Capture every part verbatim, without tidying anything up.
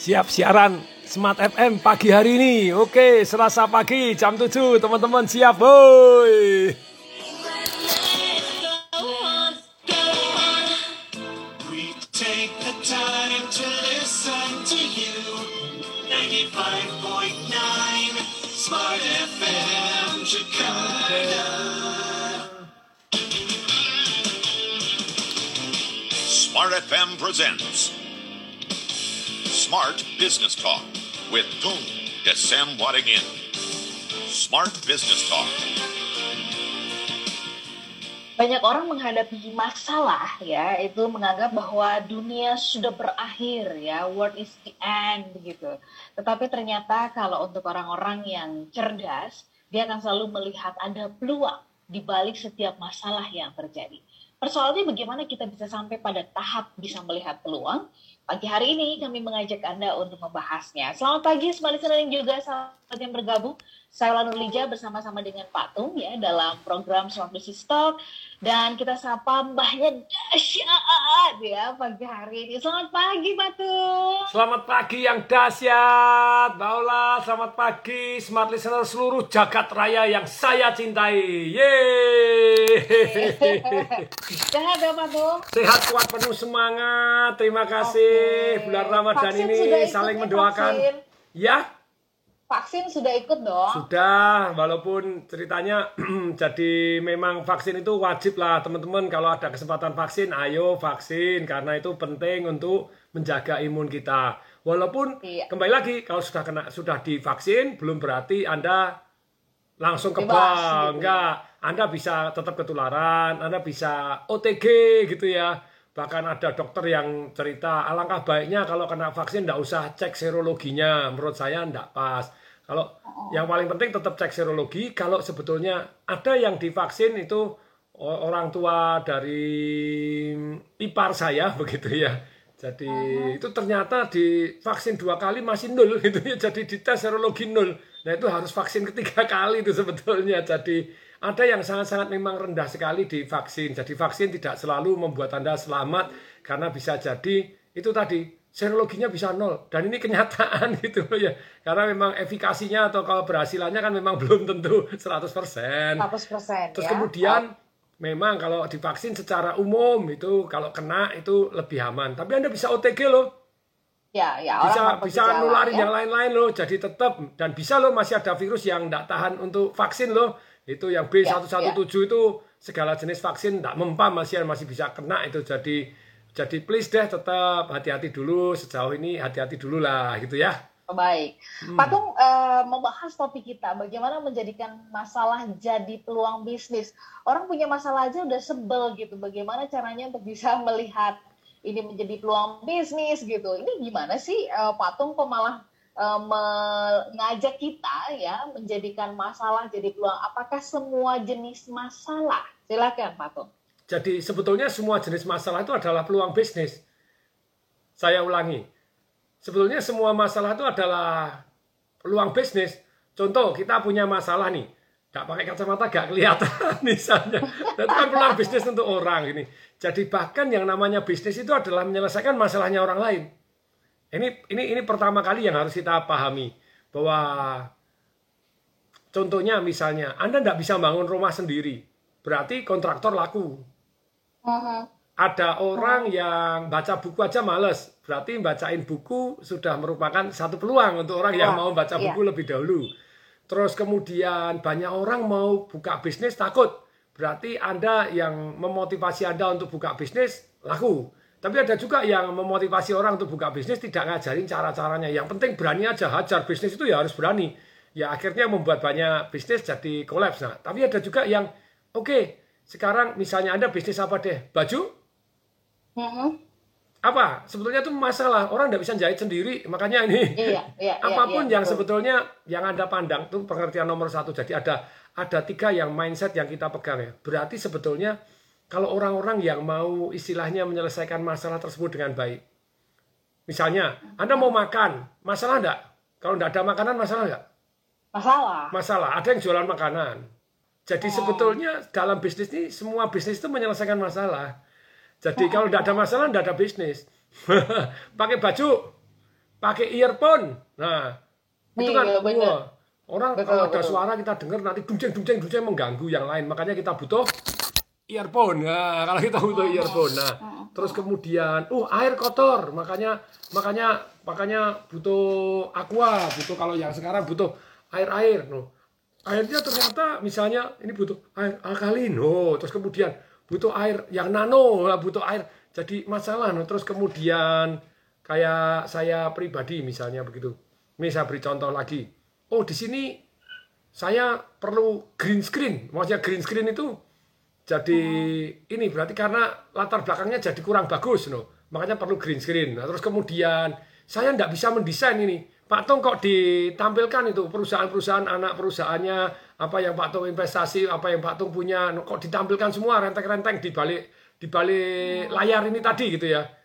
Siap siaran Smart F M pagi hari ini. Oke, Selasa pagi jam tujuh, teman-teman siap, boy. Smart F M presents Smart Business Talk with Tung Desem Waddingin. Smart Business Talk. Banyak orang menghadapi masalah ya, itu menganggap bahwa dunia sudah berakhir ya, world is the end gitu. Tetapi ternyata kalau untuk orang-orang yang cerdas, dia akan selalu melihat ada peluang di balik setiap masalah yang terjadi. Persoalannya bagaimana kita bisa sampai pada tahap bisa melihat peluang. Pagi hari ini kami mengajak Anda untuk membahasnya. Selamat pagi, Smart Listener yang juga sahabat yang bergabung. Saya Ula Nurlija bersama-sama dengan Pak Tung ya dalam program Smart Business Talk. Dan kita sapa mbahnya dahsyat ya pagi hari ini. Selamat pagi Pak Tung. Selamat pagi yang dahsyat, Mbak Ola. Selamat pagi Smart Listener seluruh jagat raya yang saya cintai. Yeay. Sehat ya Pak Tung? Sehat, kuat, penuh semangat. Terima kasih. Oke. Bulan Ramadan Vaksin ini sudah ikut saling nih, mendoakan. vaksin. Ya, Vaksin sudah ikut dong? sudah. Walaupun ceritanya jadi memang vaksin itu wajib lah teman-teman. Kalau ada kesempatan vaksin, ayo vaksin. Karena itu penting untuk menjaga imun kita. Walaupun Iya. kembali lagi, kalau sudah kena sudah divaksin, belum berarti Anda langsung Bebas, kebal. gitu Enggak, Anda bisa tetap ketularan, Anda bisa O T G gitu ya. Bahkan ada dokter yang cerita, alangkah baiknya kalau kena vaksin tidak usah cek serologinya. Menurut saya tidak pas. Kalau yang paling penting tetap cek serologi. Kalau sebetulnya ada yang divaksin itu orang tua dari ipar saya begitu ya. Jadi itu ternyata divaksin dua kali masih nol gitu ya. Jadi dites serologi nol. Nah itu harus vaksin ketiga kali itu sebetulnya. Jadi ada yang sangat-sangat memang rendah sekali di vaksin. Jadi vaksin tidak selalu membuat Anda selamat karena bisa jadi itu tadi serologinya bisa nol dan ini kenyataan gitu loh ya. Karena memang efikasinya atau keberhasilannya kan memang belum tentu seratus persen. seratus persen Terus ya. kemudian memang kalau divaksin secara umum itu kalau kena itu lebih aman. Tapi Anda bisa O T G loh. Ya, ya, Bisa orang tanpa bisa gejala, nularin ya. yang lain-lain loh. Jadi tetap dan bisa loh masih ada virus yang tidak tahan untuk vaksin loh. Itu yang B seratus tujuh belas itu segala jenis vaksin tidak mempan masih masih bisa kena itu. Jadi jadi please deh tetap hati-hati dulu sejauh ini hati-hati dulu lah gitu ya. Baik, Hmm. Pak Tung eh, membahas topik kita bagaimana menjadikan masalah jadi peluang bisnis. Orang punya masalah aja udah sebel gitu. Bagaimana caranya untuk bisa melihat ini menjadi peluang bisnis gitu. Ini gimana sih eh, Pak Tung kok malah eh, mengajak kita ya menjadikan masalah jadi peluang? Apakah semua jenis masalah? Silakan Pak Tung. Jadi sebetulnya semua jenis masalah itu adalah peluang bisnis. Saya ulangi. Sebetulnya semua masalah itu adalah peluang bisnis. Contoh, kita punya masalah nih. Nggak pakai kacamata, nggak kelihatan misalnya. Nah, itu kan peluang bisnis untuk orang ini. Jadi bahkan yang namanya bisnis itu adalah menyelesaikan masalahnya orang lain. Ini ini ini pertama kali yang harus kita pahami. Bahwa contohnya misalnya, Anda nggak bisa bangun rumah sendiri. Berarti kontraktor laku. Ada orang yang baca buku aja males, berarti bacain buku sudah merupakan satu peluang untuk orang yang Wah, mau baca iya. buku lebih dahulu. Terus kemudian banyak orang mau buka bisnis takut, berarti Anda yang memotivasi Anda untuk buka bisnis laku. Tapi ada juga yang memotivasi orang untuk buka bisnis tidak ngajarin cara-caranya. Yang penting berani aja, hajar bisnis itu ya harus berani. Ya akhirnya membuat banyak bisnis jadi kolaps. Nah, tapi ada juga yang oke, okay, sekarang misalnya Anda bisnis apa deh? Baju? Apa? Sebetulnya itu masalah. Orang tidak bisa jahit sendiri. Makanya ini Iya, iya, apapun iya, yang betul. sebetulnya yang Anda pandang itu pengertian nomor satu. Jadi ada ada tiga yang mindset yang kita pegang ya. Berarti sebetulnya kalau orang-orang yang mau istilahnya menyelesaikan masalah tersebut dengan baik. Misalnya, Anda mau makan, masalah enggak? Kalau enggak ada makanan, masalah enggak? Masalah. Masalah. Ada yang jualan makanan. Jadi sebetulnya dalam bisnis ini, semua bisnis itu menyelesaikan masalah. Jadi kalau enggak ada masalah, enggak ada bisnis. Pakai baju, pakai earphone. Nah, itu kan Iya, bener. wah, orang Betul, kalau ada betul. suara kita dengar nanti dunceng-dunceng-dunceng mengganggu yang lain. Makanya kita butuh earphone. Nah, kalau kita butuh earphone. Nah, terus kemudian, uh air kotor. Makanya makanya makanya butuh aqua, butuh kalau yang sekarang butuh air-air. No. Airnya ternyata misalnya ini butuh air alkalin. Oh, terus kemudian butuh air yang nano, butuh air. Jadi masalah. No. Terus kemudian kayak saya pribadi misalnya begitu. Ini saya beri contoh lagi. Oh, di sini saya perlu green screen. Maksudnya green screen itu jadi ini berarti karena latar belakangnya jadi kurang bagus, no. Makanya perlu green screen. Nah, terus kemudian saya tidak bisa mendesain ini. Pak Tong kok ditampilkan itu perusahaan-perusahaan anak perusahaannya, apa yang Pak Tong investasi, apa yang Pak Tong punya, no, kok ditampilkan semua renteng-renteng di balik di balik layar ini tadi gitu ya.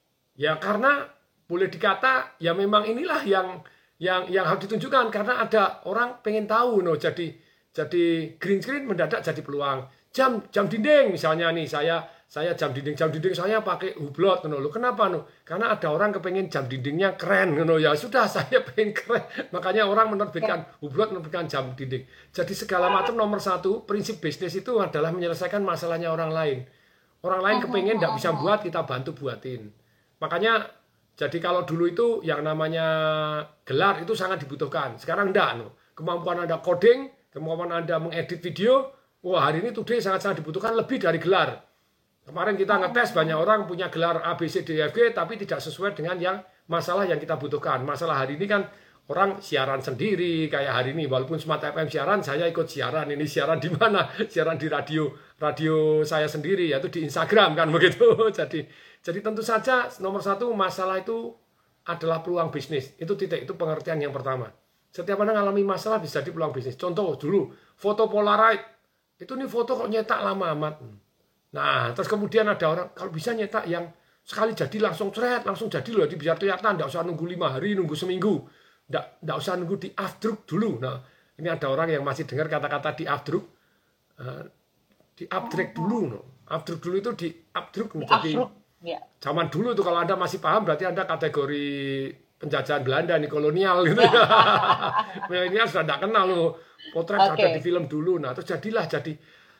Ya karena boleh dikata ya memang inilah yang yang yang harus ditunjukkan karena ada orang pengen tahu, no. Jadi jadi green screen mendadak jadi peluang. Jam jam dinding misalnya nih saya saya jam dinding jam dinding saya pakai hublot, no. Loh, kenapa, no? Karena ada orang kepengen jam dindingnya keren, no. Ya sudah saya pengen keren. Makanya orang menerbitkan hublot, menerbitkan jam dinding. Jadi segala macam nomor satu prinsip bisnis itu adalah menyelesaikan masalahnya orang lain. Orang lain kepengen tidak bisa buat, kita bantu buatin. Makanya jadi kalau dulu itu yang namanya gelar itu sangat dibutuhkan. Sekarang enggak, no. Kemampuan Anda coding, kemampuan Anda mengedit video, wah hari ini today sangat-sangat dibutuhkan lebih dari gelar. Kemarin kita ngetes banyak orang punya gelar A B C D E F G tapi tidak sesuai dengan yang masalah yang kita butuhkan. Masalah hari ini kan orang siaran sendiri kayak hari ini walaupun Smart F M siaran, saya ikut siaran. Ini siaran di mana? Siaran di radio radio saya sendiri yaitu di Instagram kan begitu. Jadi jadi tentu saja nomor satu masalah itu adalah peluang bisnis. Itu titik, itu pengertian yang pertama. Setiap orang mengalami masalah bisa jadi peluang bisnis. Contoh dulu, foto Polaroid. Itu nih foto kok nyetak lama amat. Nah, terus kemudian ada orang, kalau bisa nyetak yang sekali jadi langsung ceret, langsung jadi loh. Jadi biar kelihatan, tidak usah nunggu lima hari, nunggu seminggu. Tidak, tidak usah nunggu di afdruk dulu. Nah, ini ada orang yang masih dengar kata-kata di afdruk. Uh, di upgrade dulu. No. Afdruk dulu itu di updruk. Jadi Ya. zaman dulu tuh kalau Anda masih paham berarti Anda kategori penjajahan Belanda nih kolonial gitu ya. Milenial sudah tidak kenal loh. Potret okay. Ada di film dulu. Nah, terus jadilah jadi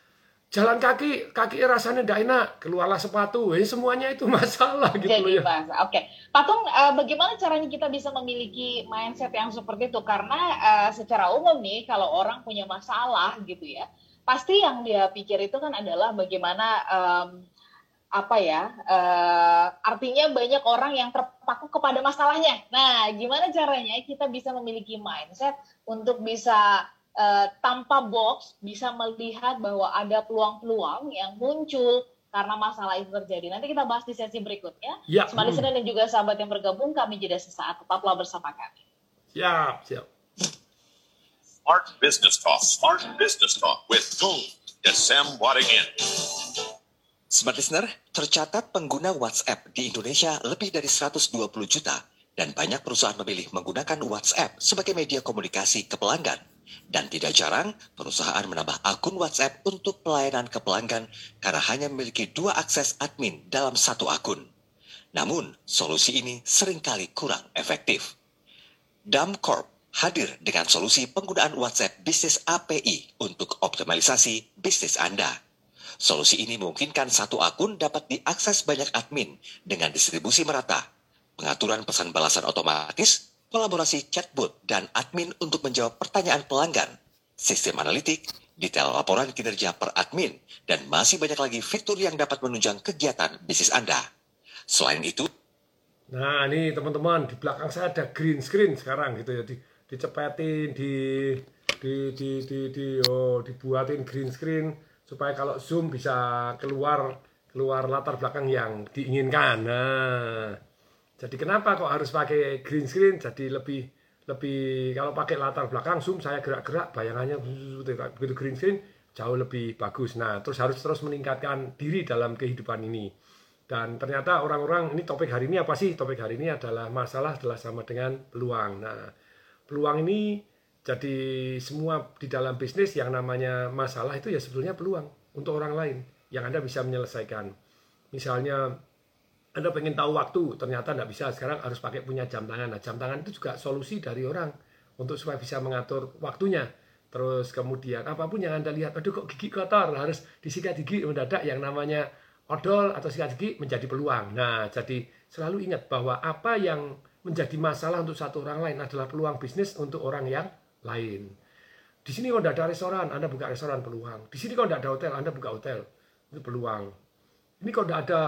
jalan kaki, kaki rasanya tidak enak, keluarlah sepatu. Eh, semuanya itu masalah gitu jadi, loh ya. Oke. Okay. Pak Tung, uh, bagaimana caranya kita bisa memiliki mindset yang seperti itu? Karena uh, secara umum nih kalau orang punya masalah gitu ya, pasti yang dia pikir itu kan adalah bagaimana um, apa ya, uh, artinya banyak orang yang terpaku kepada masalahnya. Nah, gimana caranya kita bisa memiliki mindset untuk bisa uh, tanpa box, bisa melihat bahwa ada peluang-peluang yang muncul karena masalah itu terjadi. Nanti kita bahas di sesi berikutnya. Ya. Smart Listener dan juga sahabat yang bergabung, kami jeda sesaat. Tetaplah bersama kami. Siap, siap. Smart Business Talk. Smart Business Talk with Tung Desem Wadingin. Smart Listener, tercatat pengguna WhatsApp di Indonesia lebih dari seratus dua puluh juta dan banyak perusahaan memilih menggunakan WhatsApp sebagai media komunikasi ke pelanggan. Dan tidak jarang, perusahaan menambah akun WhatsApp untuk pelayanan ke pelanggan karena hanya memiliki dua akses admin dalam satu akun. Namun, solusi ini seringkali kurang efektif. Dam Corp hadir dengan solusi penggunaan WhatsApp Business A P I untuk optimalisasi bisnis Anda. Solusi ini memungkinkan satu akun dapat diakses banyak admin dengan distribusi merata, pengaturan pesan balasan otomatis, kolaborasi chatbot, dan admin untuk menjawab pertanyaan pelanggan, sistem analitik, detail laporan kinerja per admin, dan masih banyak lagi fitur yang dapat menunjang kegiatan bisnis Anda. Selain itu, nah ini teman-teman di belakang saya ada green screen sekarang gitu ya, di, dicepetin, di, di, di, di, di, oh, dibuatin green screen supaya kalau zoom bisa keluar keluar latar belakang yang diinginkan. Nah, jadi kenapa kok harus pakai green screen? Jadi lebih lebih kalau pakai latar belakang zoom saya gerak-gerak bayangannya begitu green screen jauh lebih bagus. Nah, terus harus terus meningkatkan diri dalam kehidupan ini. Dan ternyata orang-orang ini topik hari ini apa sih? Topik hari ini adalah masalah adalah sama dengan peluang. Nah, peluang ini jadi semua di dalam bisnis yang namanya masalah itu ya sebetulnya peluang untuk orang lain yang Anda bisa menyelesaikan. Misalnya Anda pengen tahu waktu, ternyata nggak bisa. Sekarang harus pakai punya jam tangan. Nah, jam tangan itu juga solusi dari orang untuk supaya bisa mengatur waktunya. Terus kemudian apapun yang Anda lihat, aduh kok gigi kotor, harus disikat gigi mendadak, yang namanya odol atau sikat gigi menjadi peluang. Nah, jadi selalu ingat bahwa apa yang menjadi masalah untuk satu orang lain adalah peluang bisnis untuk orang yang lain. Di sini kalau tidak ada restoran, Anda buka restoran, peluang. Di sini kalau tidak ada hotel, Anda buka hotel, itu peluang. Ini kalau tidak ada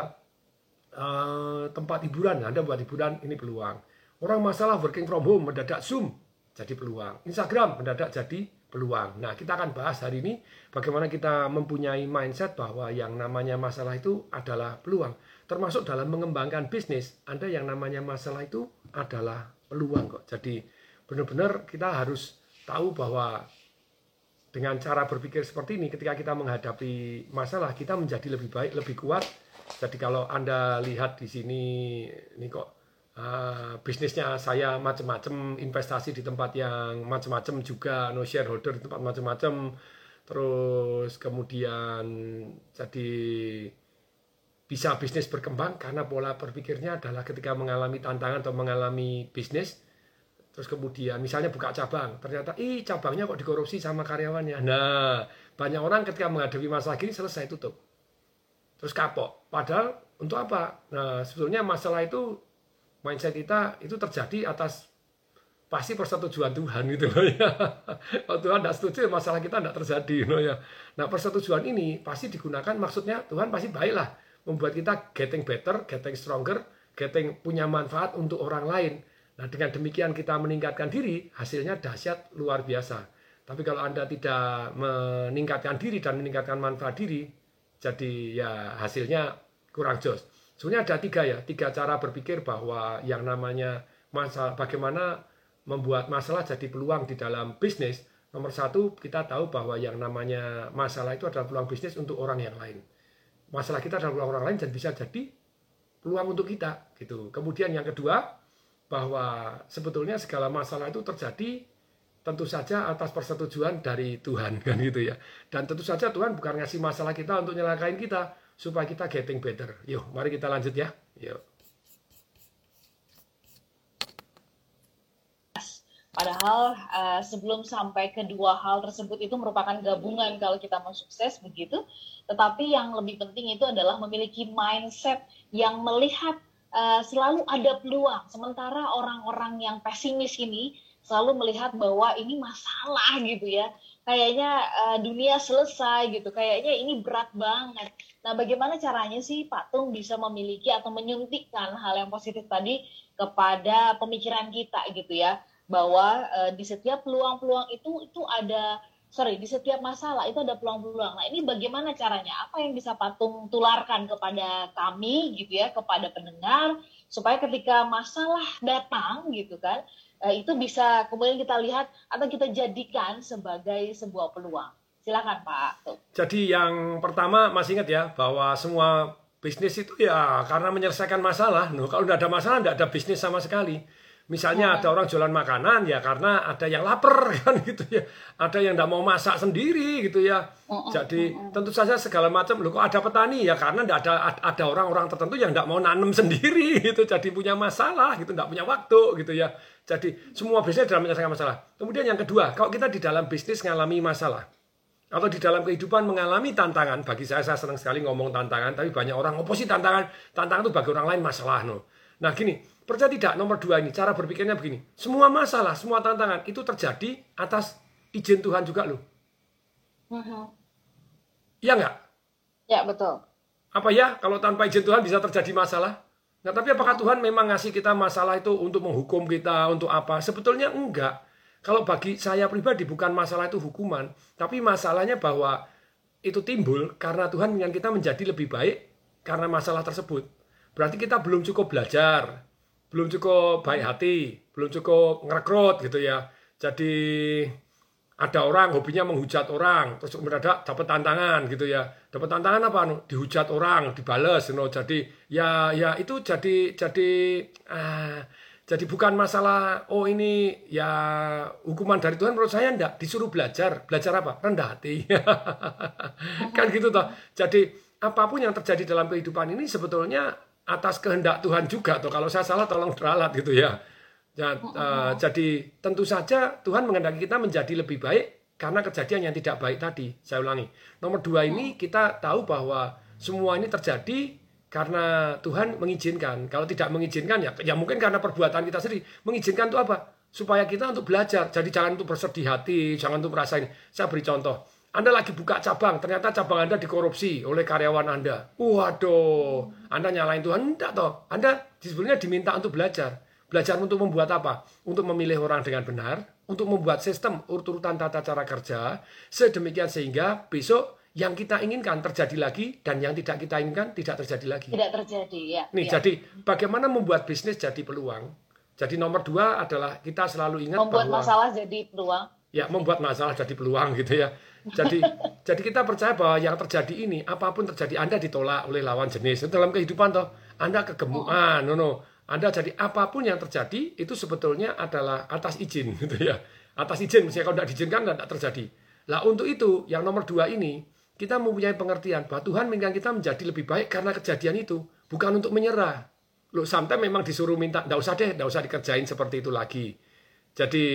uh, tempat hiburan, Anda buat hiburan, ini peluang. Orang masalah working from home, mendadak Zoom, jadi peluang. Instagram, mendadak jadi peluang. Nah, kita akan bahas hari ini bagaimana kita mempunyai mindset bahwa yang namanya masalah itu adalah peluang. Termasuk dalam mengembangkan bisnis, Anda yang namanya masalah itu adalah peluang kok. Jadi benar-benar kita harus tahu bahwa dengan cara berpikir seperti ini, ketika kita menghadapi masalah, kita menjadi lebih baik, lebih kuat. Jadi kalau Anda lihat di sini, ini kok Uh, bisnisnya saya macam-macam, investasi di tempat yang macam-macam juga, no shareholder di tempat macam-macam, terus kemudian jadi bisa bisnis berkembang karena pola berpikirnya adalah ketika mengalami tantangan atau mengalami bisnis, terus kemudian misalnya buka cabang, ternyata ih cabangnya kok dikorupsi sama karyawannya. Nah, banyak orang ketika menghadapi masalah gini selesai tutup, terus kapok. Padahal untuk apa? Nah, sebetulnya masalah itu, mindset kita itu terjadi atas pasti persetujuan Tuhan gitu loh ya. Kalau Tuhan tidak setuju, masalah kita tidak terjadi gitu ya. Nah, persetujuan ini pasti digunakan, maksudnya Tuhan pasti baiklah membuat kita getting better, getting stronger, getting punya manfaat untuk orang lain. Nah, dengan demikian kita meningkatkan diri, hasilnya dahsyat luar biasa. Tapi kalau Anda tidak meningkatkan diri dan meningkatkan manfaat diri, jadi ya hasilnya kurang jos. Sebenarnya ada tiga ya, tiga cara berpikir bahwa yang namanya masalah, bagaimana membuat masalah jadi peluang di dalam bisnis. Nomor satu, kita tahu bahwa yang namanya masalah itu adalah peluang bisnis untuk orang yang lain. Masalah kita adalah peluang orang lain dan bisa jadi peluang untuk kita gitu. Kemudian yang kedua, bahwa sebetulnya segala masalah itu terjadi tentu saja atas persetujuan dari Tuhan kan gitu ya. Dan tentu saja Tuhan bukan ngasih masalah kita untuk nyelakain kita, supaya kita getting better. Yuk, mari kita lanjut ya. Yuk. Padahal uh, sebelum sampai ke dua hal tersebut itu merupakan gabungan kalau kita mau sukses begitu. Tetapi yang lebih penting itu adalah memiliki mindset yang melihat uh, selalu ada peluang. Sementara orang-orang yang pesimis ini selalu melihat bahwa ini masalah gitu ya. Kayaknya uh, dunia selesai gitu. Kayaknya ini berat banget. Nah, bagaimana caranya sih Pak Tung bisa memiliki atau menyuntikkan hal yang positif tadi kepada pemikiran kita gitu ya. Bahwa uh, di setiap peluang-peluang itu itu ada sorry di setiap masalah itu ada peluang-peluang. Nah, ini bagaimana caranya? Apa yang bisa Pak Tung tularkan kepada kami gitu ya, kepada pendengar supaya ketika masalah datang gitu kan, uh, itu bisa kemudian kita lihat atau kita jadikan sebagai sebuah peluang. Silakan Pak Tung. Jadi yang pertama masih ingat ya bahwa semua bisnis itu ya karena menyelesaikan masalah. Nah, kalau tidak ada masalah tidak ada bisnis sama sekali. Misalnya ada orang jualan makanan ya karena ada yang lapar kan gitu ya, ada yang tidak mau masak sendiri gitu ya. Jadi tentu saja segala macam. Loh, kok ada petani ya karena tidak ada ada orang-orang tertentu yang tidak mau nanam sendiri gitu, jadi punya masalah gitu, tidak punya waktu gitu ya. Jadi semua bisnis dalam menyelesaikan masalah. Kemudian yang kedua, kalau kita di dalam bisnis mengalami masalah atau di dalam kehidupan mengalami tantangan, bagi saya saya senang sekali ngomong tantangan, tapi banyak orang oposisi tantangan. Tantangan itu bagi orang lain masalah no. Nah gini, percaya tidak, nomor dua ini, cara berpikirnya begini. Semua masalah, semua tantangan itu terjadi atas izin Tuhan juga loh. Uh-huh. Iya nggak? Ya, betul. Apa ya, kalau tanpa izin Tuhan bisa terjadi masalah? Nah, tapi apakah Tuhan memang ngasih kita masalah itu untuk menghukum kita, untuk apa? Sebetulnya enggak. Kalau bagi saya pribadi, bukan masalah itu hukuman, tapi masalahnya bahwa itu timbul karena Tuhan ingin kita menjadi lebih baik karena masalah tersebut. Berarti kita belum cukup belajar, belum cukup baik hati, belum cukup ngerekrut gitu ya. Jadi ada orang hobinya menghujat orang, terus mendadak dapat tantangan gitu ya. Dapat tantangan apa? Dihujat orang, dibales. You know. Jadi ya ya itu jadi jadi ah, jadi bukan masalah. Oh ini ya hukuman dari Tuhan, menurut saya enggak. Disuruh belajar, belajar apa? Rendah hati. Kan gitu toh. Jadi apapun yang terjadi dalam kehidupan ini sebetulnya atas kehendak Tuhan juga tuh. Kalau saya salah tolong diralat gitu ya. Ya, uh, jadi tentu saja Tuhan menghendaki kita menjadi lebih baik karena kejadian yang tidak baik tadi. Saya ulangi. Nomor dua ini kita tahu bahwa semua ini terjadi karena Tuhan mengizinkan. Kalau tidak mengizinkan ya, ya mungkin karena perbuatan kita sendiri. Mengizinkan itu apa? Supaya kita untuk belajar. Jadi jangan untuk bersedih hati, jangan untuk merasa ini. Saya beri contoh. Anda lagi buka cabang, ternyata cabang Anda dikorupsi oleh karyawan Anda. Waduh, Anda nyalain Tuhan? Enggak toh. Anda sebenarnya diminta untuk belajar. Belajar untuk membuat apa? Untuk memilih orang dengan benar, untuk membuat sistem urut-urutan tata cara kerja, sedemikian sehingga besok yang kita inginkan terjadi lagi dan yang tidak kita inginkan tidak terjadi lagi. Tidak terjadi, ya. Nih, ya. jadi bagaimana membuat bisnis jadi peluang? Jadi nomor dua adalah kita selalu ingat membuat bahwa masalah jadi peluang. Ya, membuat masalah jadi peluang gitu ya. Jadi jadi kita percaya bahwa yang terjadi ini apapun terjadi, Anda ditolak oleh lawan jenis. Dalam kehidupan toh, Anda kegemukan, no no. Anda jadi apapun yang terjadi itu sebetulnya adalah atas izin gitu ya. Atas izin, misalnya kalau tidak diizinkan tidak terjadi. Lah untuk itu yang nomor dua ini kita mempunyai pengertian bahwa Tuhan menginginkan kita menjadi lebih baik karena kejadian itu, bukan untuk menyerah. Loh, sometimes memang disuruh minta, enggak usah deh, enggak usah dikerjain seperti itu lagi. Jadi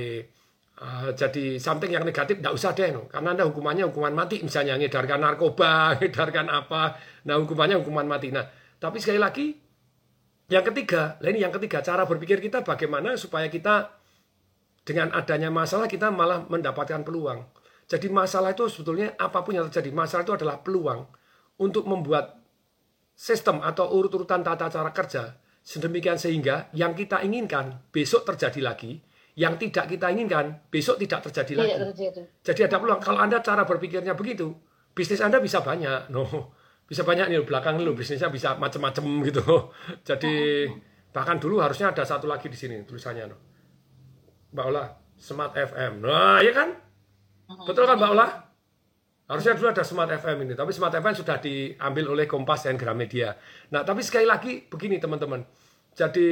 uh, jadi something yang negatif enggak usah deh, no. Karena Anda hukumannya hukuman mati, misalnya ngedarkan narkoba, ngedarkan apa, nah hukumannya hukuman mati. Nah, tapi sekali lagi yang ketiga, lah ini yang ketiga, cara berpikir kita bagaimana supaya kita dengan adanya masalah kita malah mendapatkan peluang. Jadi masalah itu sebetulnya apapun yang terjadi, masalah itu adalah peluang untuk membuat sistem atau urut-urutan tata cara kerja sedemikian sehingga yang kita inginkan besok terjadi lagi, yang tidak kita inginkan besok tidak terjadi Tidak lagi. terjadi. Jadi ada peluang. Kalau Anda cara berpikirnya begitu, bisnis Anda bisa banyak, no, bisa banyak nih belakang lu bisnisnya bisa macam-macam gitu. Jadi bahkan dulu harusnya ada satu lagi di sini tulisannya, no. Mbak Ola, Smart F M. Nah, ya kan? Betul kan Mbak Ola? Harusnya dulu ada Smart F M ini, tapi Smart F M sudah diambil oleh Kompas dan Gramedia. Nah, tapi sekali lagi begini teman-teman. Jadi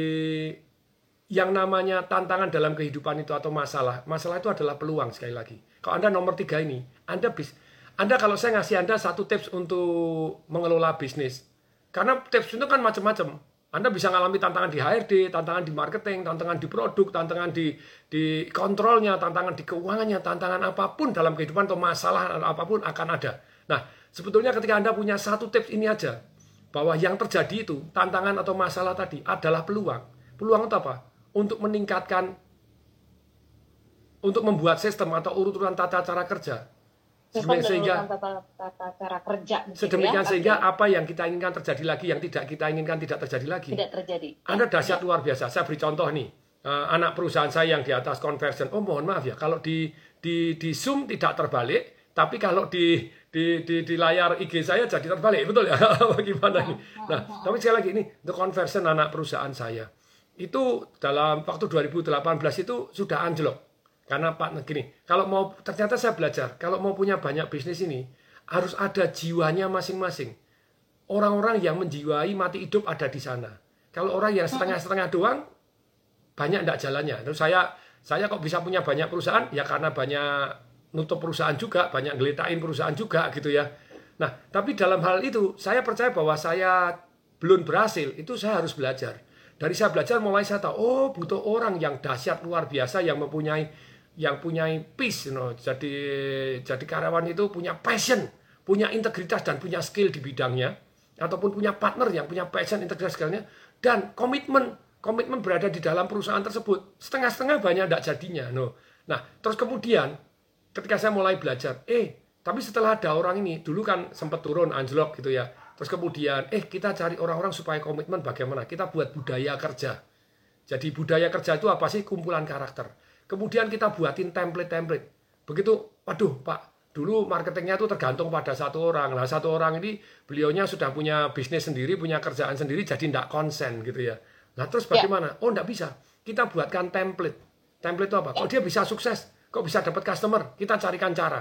yang namanya tantangan dalam kehidupan itu atau masalah, masalah itu adalah peluang sekali lagi. Kalau Anda nomor tiga ini, Anda bis, Anda kalau saya ngasih Anda satu tips untuk mengelola bisnis, karena tips itu kan macam-macam. Anda bisa mengalami tantangan di H R D, tantangan di marketing, tantangan di produk, tantangan di di kontrolnya, tantangan di keuangannya, tantangan apapun dalam kehidupan atau masalah apapun akan ada. Nah, sebetulnya ketika Anda punya satu tips ini aja, bahwa yang terjadi itu, tantangan atau masalah tadi adalah peluang. Peluang itu apa? Untuk meningkatkan, untuk membuat sistem atau urut-urutan tata cara kerja. Sehingga tata, tata cara kerja sedemikian ya? sehingga okay. apa yang kita inginkan terjadi lagi, yang tidak kita inginkan tidak terjadi lagi. Tidak terjadi. Anda dahsyat luar biasa. Saya beri contoh nih, uh, anak perusahaan saya yang di atas conversion. Oh mohon maaf ya, kalau di di di Zoom tidak terbalik, tapi kalau di di di, di layar I G saya jadi terbalik, betul ya? Bagaimana ini? Nah, tapi sekali lagi ini the conversion anak perusahaan saya itu dalam waktu dua ribu delapan belas itu sudah anjlok. Karena Pak gini, kalau mau ternyata saya belajar, kalau mau punya banyak bisnis ini harus ada jiwanya masing-masing. Orang-orang yang menjiwai mati hidup ada di sana. Kalau orang yang setengah-setengah doang, banyak enggak jalannya. Terus saya saya kok bisa punya banyak perusahaan? Ya karena banyak nutup perusahaan juga, banyak ngelitain perusahaan juga gitu ya. Nah, tapi dalam hal itu saya percaya bahwa saya belum berhasil, itu saya harus belajar. Dari saya belajar mulai saya tahu, oh butuh orang yang dahsyat luar biasa yang mempunyai yang punya peace, you know. jadi jadi karyawan itu punya passion, punya integritas dan punya skill di bidangnya, ataupun punya partner yang punya passion, integritas, skillnya, dan komitmen komitmen berada di dalam perusahaan tersebut. Setengah-setengah banyak tidak jadinya. No. Nah, terus kemudian ketika saya mulai belajar, eh tapi setelah ada orang ini, dulu kan sempat turun anjlok gitu ya. Terus kemudian, eh kita cari orang-orang supaya komitmen bagaimana? Kita buat budaya kerja. Jadi budaya kerja itu apa sih? Kumpulan karakter. Kemudian kita buatin template-template. Begitu, waduh Pak, dulu marketingnya itu tergantung pada satu orang. Nah satu orang ini beliaunya sudah punya bisnis sendiri, punya kerjaan sendiri, jadi tidak konsen gitu ya. Nah terus bagaimana? Oh tidak bisa. Kita buatkan template. Template itu apa? Kok dia bisa sukses? Kok bisa dapat customer? Kita carikan cara.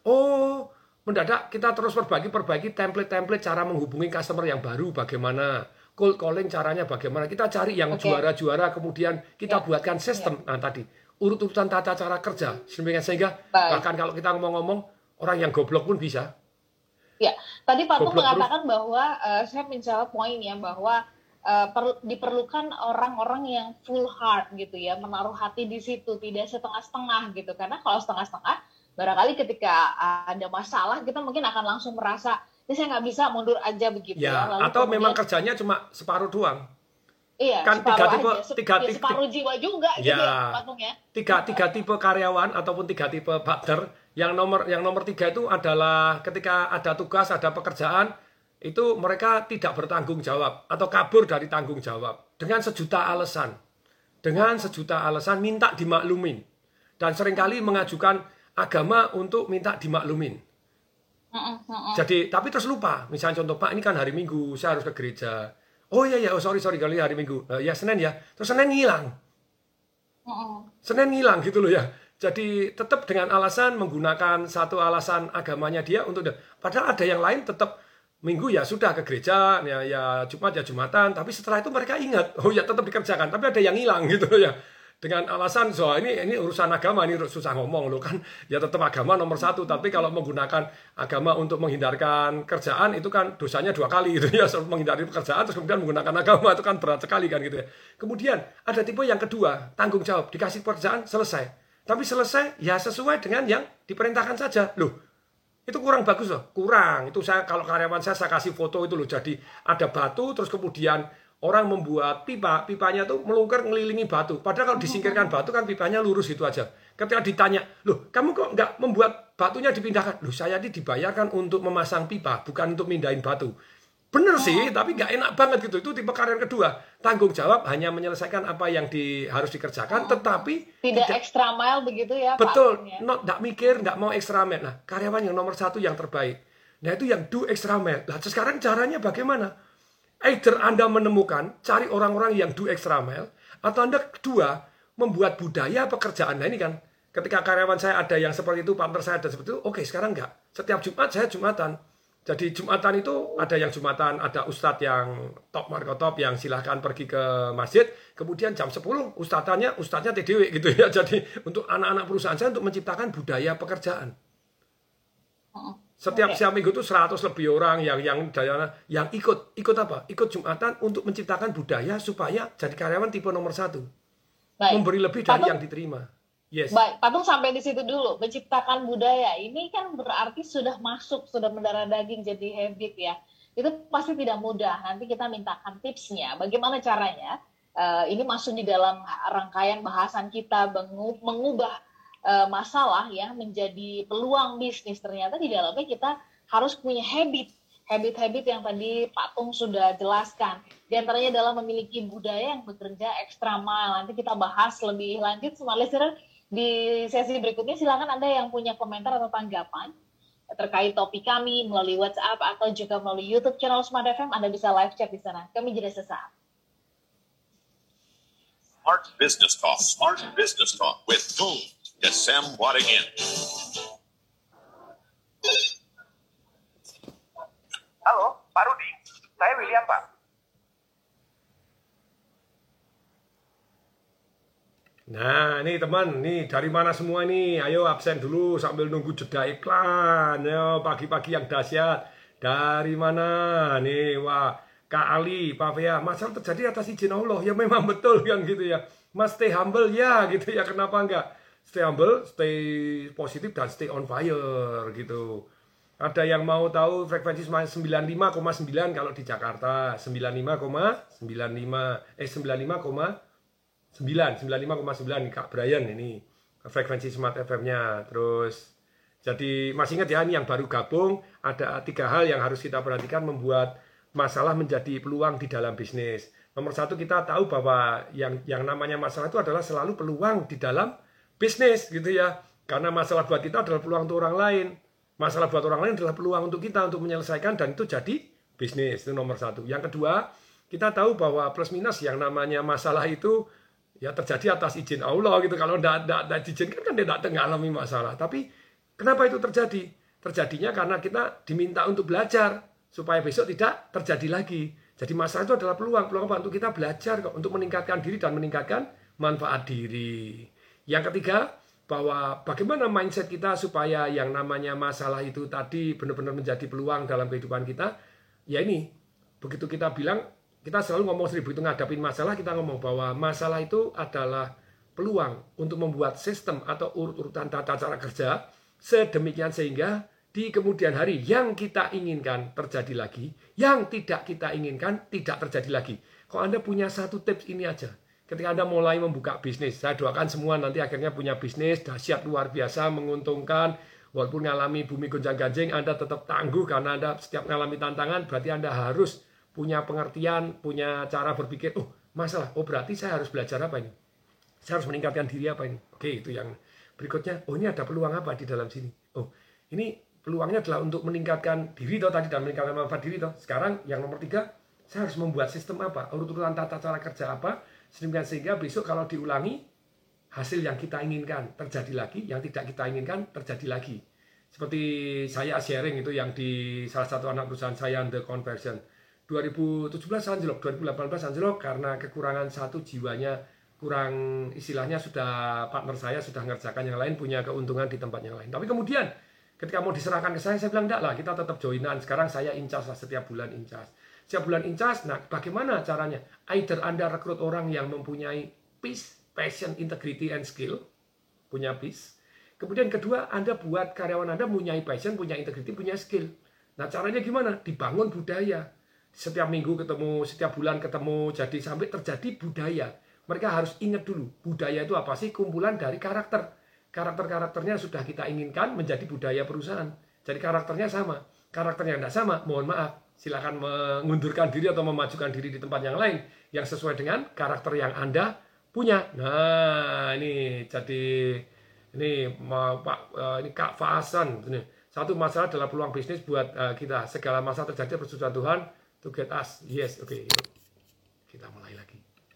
Oh, mendadak kita terus perbaiki-perbaiki template-template cara menghubungi customer yang baru bagaimana. Cold calling caranya bagaimana. Kita cari yang okay. juara-juara, kemudian kita yeah. buatkan sistem. Yeah. Nah tadi, urut-urutan tata cara kerja. Sehingga Baik. bahkan kalau kita ngomong-ngomong, orang yang goblok pun bisa. Ya, tadi Pak Tung Goblok terus. mengatakan bahwa uh, saya menjawab poin ya bahwa uh, per- diperlukan orang-orang yang full heart gitu ya, menaruh hati di situ, tidak setengah-setengah gitu. Karena kalau setengah-setengah, barangkali ketika uh, ada masalah kita mungkin akan langsung merasa, ini saya nggak bisa, mundur aja begitu ya. Ya, Lalu atau kemudian, memang kerjanya cuma separuh doang. iya, Kan separuh tiga tipe, aja, Se- tiga, ya, tiga, separuh jiwa juga gitu Ya. ya Pak Tung ya. tiga, tiga tipe karyawan ataupun tiga tipe partner. Yang nomor yang nomor tiga itu adalah ketika ada tugas, ada pekerjaan, itu mereka tidak bertanggung jawab atau kabur dari tanggung jawab dengan sejuta alasan. Dengan sejuta alasan minta dimaklumin. Dan seringkali mengajukan agama untuk minta dimaklumin. Mm-mm, mm-mm. Jadi, tapi terus lupa. Misalnya contoh, Pak, ini kan hari Minggu, saya harus ke gereja. Oh iya, ya, oh sorry, sorry, kali hari Minggu. Eh, ya, Senin ya. Terus Senin hilang. Mm-mm. Senin hilang gitu loh ya. Jadi tetap dengan alasan menggunakan satu alasan agamanya dia untuk dia. Padahal ada yang lain tetap Minggu ya sudah ke gereja, ya, ya Jumat ya Jumatan. Tapi setelah itu mereka ingat, oh ya tetap dikerjakan. Tapi ada yang hilang gitu loh ya. Dengan alasan, so ini ini urusan agama, ini susah ngomong loh kan. Ya tetap agama nomor satu. Tapi kalau menggunakan agama untuk menghindarkan kerjaan itu kan dosanya dua kali gitu ya. So, menghindari pekerjaan terus kemudian menggunakan agama itu kan berat sekali kan gitu ya. Kemudian ada tipe yang kedua, tanggung jawab, dikasih pekerjaan selesai. Tapi selesai ya sesuai dengan yang diperintahkan saja. Loh, itu kurang bagus loh. Kurang. Itu saya kalau karyawan saya saya kasih foto itu loh. Jadi ada batu terus kemudian orang membuat pipa, pipanya tuh melungker ngelilingi batu. Padahal kalau disingkirkan batu kan pipanya lurus itu aja. Ketika ditanya, "Loh, kamu kok nggak membuat batunya dipindahkan?" "Loh, saya ini dibayarkan untuk memasang pipa, bukan untuk mindahin batu." Bener sih, tapi nggak enak banget gitu. Itu tipe karyawan kedua. Tanggung jawab hanya menyelesaikan apa yang di, harus dikerjakan, tetapi Tidak extra mile begitu ya Pak betul, Tung ya. no, nggak mikir, nggak mau extra mile. Nah, karyawan yang nomor satu yang terbaik. Nah, itu yang do extra mile. Nah, sekarang caranya bagaimana? Either Anda menemukan, cari orang-orang yang do extra mile, atau Anda kedua, membuat budaya pekerjaan. Nah, ini kan, ketika karyawan saya ada yang seperti itu, partner saya ada seperti itu, oke, sekarang nggak. Setiap Jumat saya Jumatan. Jadi Jumatan itu ada yang Jumatan, ada ustadz yang top markotop yang silahkan pergi ke masjid. Kemudian jam sepuluh ustadzanya, ustadznya T D W gitu ya. Jadi untuk anak-anak perusahaan saya untuk menciptakan budaya pekerjaan. Setiap Oke. siang minggu itu seratus lebih orang yang yang dayana, yang ikut. Ikut apa? Ikut Jumatan untuk menciptakan budaya supaya jadi karyawan tipe nomor satu. Baik. Memberi lebih Pak dari Tung, yang diterima. Yes. Baik, Pak Tung sampai di situ dulu. Menciptakan budaya ini kan berarti sudah masuk, sudah mendarah daging jadi habit ya. Itu pasti tidak mudah. Nanti kita mintakan tipsnya. Bagaimana caranya? Uh, ini masuk di dalam rangkaian bahasan kita mengu- mengubah uh, masalah ya menjadi peluang bisnis. Ternyata di dalamnya kita harus punya habit. Habit-habit yang tadi Pak Tung sudah jelaskan. Di antaranya adalah memiliki budaya yang bekerja extra mile. Nanti kita bahas lebih lanjut. Smart Listener, di sesi berikutnya silakan Anda yang punya komentar atau tanggapan terkait topik kami melalui WhatsApp atau juga melalui YouTube channel Smart F M. Anda bisa live chat di sana. Kami jeda sesaat. Smart Business Talk. Smart Business Talk with Tung Desem Wadingin. Halo, Pak Rudi. Saya William, Pak. Nah, ini teman, nih dari mana semua nih? Ayo absen dulu sambil nunggu jeda iklan. Ayo pagi-pagi yang dahsyat. Dari mana? Nih, wah, Kak Ali, Pak Fea, masalah terjadi atas izin Allah. Ya memang betul kan gitu ya. Mas stay humble ya gitu ya. Kenapa enggak? Stay humble, stay positif dan stay on fire gitu. Ada yang mau tahu frekuensi sembilan puluh lima koma sembilan kalau di Jakarta, sembilan puluh lima koma sembilan lima eh sembilan puluh lima koma sembilan, sembilan puluh lima koma sembilan Kak Brian ini frekuensi Smart F M-nya. Terus jadi masih ingat ya, ini yang baru gabung, ada tiga hal yang harus kita perhatikan membuat masalah menjadi peluang di dalam bisnis. Nomor satu, kita tahu bahwa yang yang namanya masalah itu adalah selalu peluang di dalam bisnis gitu ya. Karena masalah buat kita adalah peluang untuk orang lain. Masalah buat orang lain adalah peluang untuk kita untuk menyelesaikan, dan itu jadi bisnis. Itu nomor satu. Yang kedua, kita tahu bahwa plus minus yang namanya masalah itu ya terjadi atas izin Allah gitu. Kalau tidak diizinkan kan tidak mengalami masalah. Tapi kenapa itu terjadi? Terjadinya karena kita diminta untuk belajar supaya besok tidak terjadi lagi. Jadi masalah itu adalah peluang. Peluang apa? Untuk kita belajar kok, untuk meningkatkan diri dan meningkatkan manfaat diri. Yang ketiga, bahwa bagaimana mindset kita supaya yang namanya masalah itu tadi benar-benar menjadi peluang dalam kehidupan kita. Ya ini, begitu kita bilang, kita selalu ngomong seribu itu ngadapin masalah, kita ngomong bahwa masalah itu adalah peluang untuk membuat sistem atau urut-urutan tata cara kerja sedemikian sehingga di kemudian hari yang kita inginkan terjadi lagi, yang tidak kita inginkan tidak terjadi lagi. Kalau Anda punya satu tips ini aja, ketika Anda mulai membuka bisnis, saya doakan semua nanti akhirnya punya bisnis dahsyat luar biasa, menguntungkan, walaupun ngalami bumi gonjang-ganjing, Anda tetap tangguh karena Anda setiap ngalami tantangan, berarti Anda harus punya pengertian, punya cara berpikir, oh masalah, oh berarti saya harus belajar apa ini? Saya harus meningkatkan diri apa ini? Oke, itu yang berikutnya. Oh ini ada peluang apa di dalam sini? Oh ini peluangnya adalah untuk meningkatkan diri toh tadi dan meningkatkan manfaat diri toh. Sekarang yang nomor tiga, saya harus membuat sistem apa? Urut-urutan tata cara kerja apa? Sehingga besok kalau diulangi, hasil yang kita inginkan terjadi lagi, yang tidak kita inginkan terjadi lagi. Seperti saya sharing itu yang di salah satu anak perusahaan saya, The Conversion. dua ribu tujuh belas anjlok, dua ribu delapan belas anjlok karena kekurangan satu jiwanya, kurang istilahnya sudah partner saya sudah ngerjakan yang lain, punya keuntungan di tempat yang lain. Tapi kemudian ketika mau diserahkan ke saya, saya bilang, enggak lah, kita tetap joinan. Sekarang saya incas lah, setiap bulan incas. Setiap bulan incas, nah bagaimana caranya? Either Anda rekrut orang yang mempunyai peace, passion, integrity, and skill. Punya peace. Kemudian kedua, Anda buat karyawan Anda mempunyai passion, punya integrity, punya skill. Nah caranya gimana? Dibangun budaya. Setiap minggu ketemu, setiap bulan ketemu, jadi sampai terjadi budaya. Mereka harus ingat dulu, budaya itu apa sih? Kumpulan dari karakter. Karakter-karakternya sudah kita inginkan menjadi budaya perusahaan. Jadi karakternya sama. Karakternya tidak sama, mohon maaf. Silakan mengundurkan diri atau memajukan diri di tempat yang lain yang sesuai dengan karakter yang Anda punya. Nah, ini jadi ini Pak ini Kak Fahasan. Ini satu masalah adalah peluang bisnis buat uh, kita. Segala masalah terjadi persetujuan Tuhan to get us. Yes, oke. Okay, yuk. Kita mulai lagi.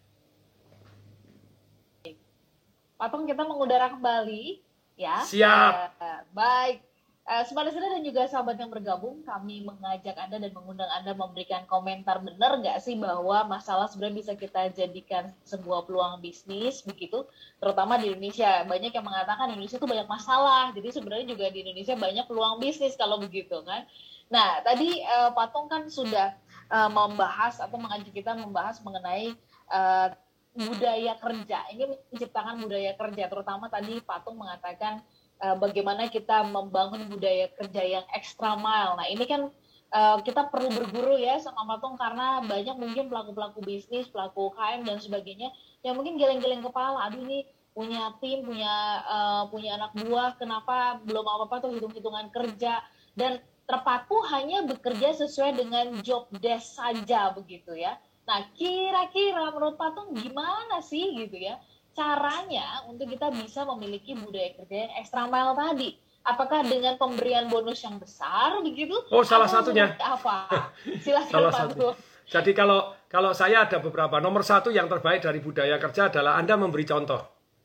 Patung, kita mengudara kembali, ya. Siap. Uh, baik, uh, Smart Listener dan juga sahabat yang bergabung, kami mengajak Anda dan mengundang Anda memberikan komentar, benar nggak sih bahwa masalah sebenarnya bisa kita jadikan sebuah peluang bisnis, begitu? Terutama di Indonesia, banyak yang mengatakan Indonesia itu banyak masalah, jadi sebenarnya juga di Indonesia banyak peluang bisnis kalau begitu, kan? Nah, tadi uh, Patung kan sudah uh, membahas atau mengajak kita membahas mengenai uh, budaya kerja. Ini menciptakan budaya kerja, terutama tadi Patung mengatakan uh, bagaimana kita membangun budaya kerja yang extra mile. Nah ini kan uh, kita perlu berguru ya sama Patung, karena banyak mungkin pelaku-pelaku bisnis, pelaku U K M dan sebagainya yang mungkin geleng-geleng kepala, aduh ini punya tim, punya uh, punya anak buah, kenapa belum apa-apa tuh hitung-hitungan kerja, dan terpaku hanya bekerja sesuai dengan job desk saja begitu ya. Nah, kira-kira menurut Patung gimana sih gitu ya caranya untuk kita bisa memiliki budaya kerja yang extra mile tadi? Apakah dengan pemberian bonus yang besar begitu? Oh, salah satunya. Apa? Silakan salah Patung. Satu. Jadi kalau kalau saya ada beberapa, nomor satu yang terbaik dari budaya kerja adalah Anda memberi contoh.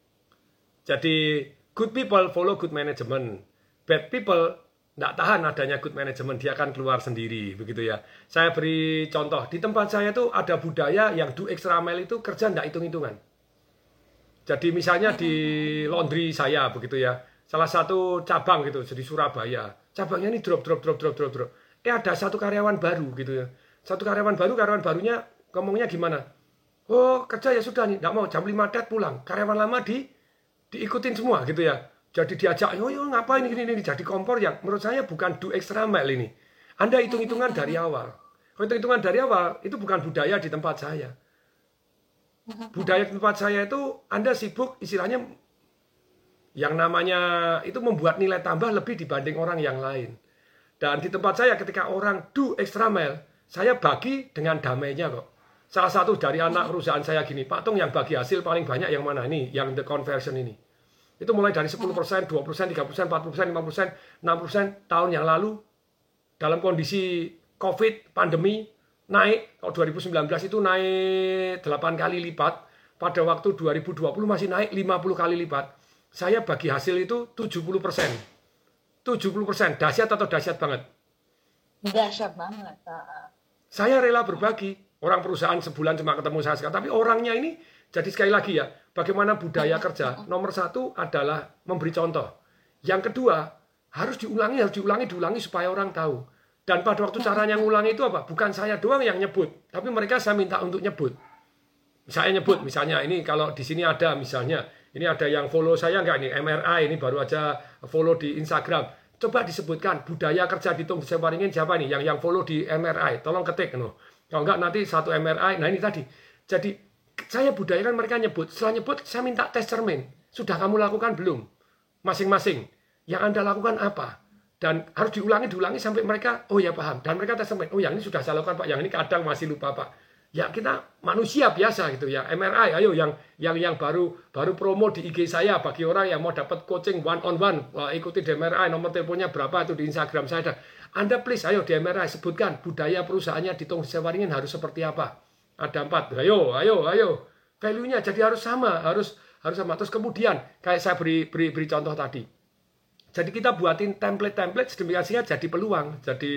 Jadi good people follow good management, bad people tidak tahan adanya good management, dia akan keluar sendiri, begitu ya. Saya beri contoh, di tempat saya itu ada budaya yang do extra mile itu kerja tidak hitung-hitungan. Jadi misalnya di laundry saya, begitu ya, salah satu cabang gitu, jadi Surabaya, cabangnya ini drop, drop, drop, drop, drop, drop. Eh ada satu karyawan baru gitu ya, satu karyawan baru, karyawan barunya ngomongnya gimana? Oh kerja ya sudah nih, tidak mau, jam lima tet pulang, karyawan lama di diikutin semua gitu ya. Jadi diajak, oh, oh ngapain ini, ini, ini, jadi kompor yang menurut saya bukan do extra mile ini. Anda hitung-hitungan dari awal. Kalau hitung-hitungan dari awal, itu bukan budaya di tempat saya. Budaya di tempat saya itu, Anda sibuk istilahnya, yang namanya itu membuat nilai tambah lebih dibanding orang yang lain. Dan di tempat saya ketika orang do extra mile, saya bagi dengan damainya kok. Salah satu dari anak perusahaan saya gini, Patung yang bagi hasil paling banyak yang mana? Ini, yang The Conversion ini. Itu mulai dari sepuluh persen, dua persen, tiga persen, empat persen, lima persen, enam persen tahun yang lalu. Dalam kondisi COVID, pandemi, naik. Kalau dua ribu sembilan belas itu naik delapan kali lipat. Pada waktu dua ribu dua puluh masih naik lima puluh kali lipat. Saya bagi hasil itu tujuh puluh persen. tujuh puluh persen. Dahsyat atau dahsyat banget? Dahsyat banget. Saya rela berbagi. Orang perusahaan sebulan cuma ketemu saya sekali. Tapi orangnya ini Jadi sekali lagi ya, bagaimana budaya kerja? Nomor satu adalah memberi contoh. Yang kedua, harus diulangi, harus diulangi, diulangi supaya orang tahu. Dan pada waktu caranya ngulangi itu apa? Bukan saya doang yang nyebut, tapi mereka saya minta untuk nyebut. Saya nyebut, misalnya ini kalau di sini ada misalnya, ini ada yang follow saya enggak nih, M R I, ini baru aja follow di Instagram. Coba disebutkan budaya kerja di Tung Desem Waringin siapa nih yang yang follow di M R I? Tolong ketik no. Kalau enggak nanti satu M R I. Nah ini tadi. Jadi saya budayakan mereka nyebut. Setelah nyebut saya minta tes cermin. Sudah kamu lakukan belum? Masing-masing. Yang Anda lakukan apa? Dan harus diulangi diulangi sampai mereka oh ya paham. Dan mereka tes cermin. Oh yang ini sudah saya lakukan Pak. Yang ini kadang masih lupa Pak. Ya kita manusia biasa gitu ya. M R I ayo yang yang yang baru baru promo di I G saya bagi orang yang mau dapat coaching one on one, wah, ikuti di M R I, nomor teleponnya berapa itu di Instagram saya ada. Anda please ayo di M R I sebutkan budaya perusahaannya di Tung Desem Waringin harus seperti apa. Ada empat. Ayo ayo ayo. Value-nya jadi harus sama, harus harus sama. Terus kemudian kayak saya beri beri beri contoh tadi. Jadi kita buatin template-template sedemikian sehingga jadi peluang. Jadi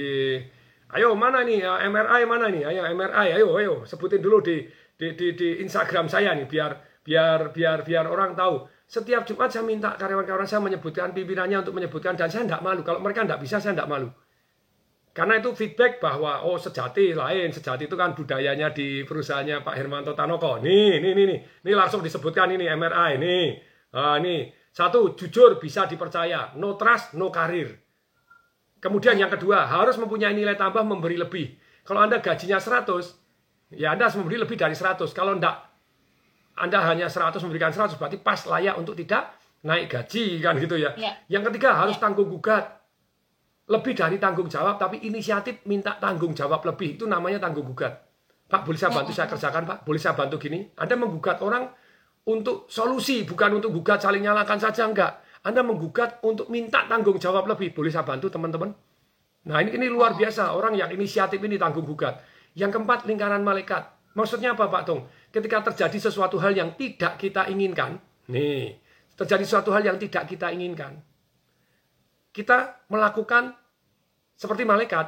ayo mana nih M R I mana nih? Ayo M R I, ayo ayo sebutin dulu di di di, di Instagram saya nih biar biar biar biar orang tahu. Setiap Jumat saya minta karyawan-karyawan saya menyebutkan pimpinannya untuk menyebutkan dan saya tidak malu. Kalau mereka tidak bisa saya tidak malu. Karena itu feedback bahwa oh sejati lain, sejati itu kan budayanya di perusahaannya Pak Hermanto Tanoko. Nih, nih, nih, nih, nih langsung disebutkan ini M R I nih. Ah, nih satu jujur bisa dipercaya, no trust, no karir. Kemudian yang kedua, harus mempunyai nilai tambah memberi lebih. Kalau Anda gajinya seratus, ya Anda harus memberi lebih dari seratus. Kalau enggak, Anda hanya seratus memberikan seratus, berarti pas layak untuk tidak naik gaji, kan gitu ya. ya. Yang ketiga, harus ya. tanggung gugat. Lebih dari tanggung jawab, tapi inisiatif minta tanggung jawab lebih. Itu namanya tanggung gugat. Pak, boleh saya bantu ya. saya kerjakan, Pak? Boleh saya bantu gini? Anda menggugat orang untuk solusi, bukan untuk gugat saling nyalakan saja, enggak. Anda menggugat untuk minta tanggung jawab lebih. Boleh saya bantu teman-teman? Nah ini, ini luar biasa. Orang yang inisiatif ini tanggung gugat. Yang keempat, lingkaran malaikat. Maksudnya apa Pak Tung? Ketika terjadi sesuatu hal yang tidak kita inginkan. Nih, terjadi sesuatu hal yang tidak kita inginkan. Kita melakukan seperti malaikat.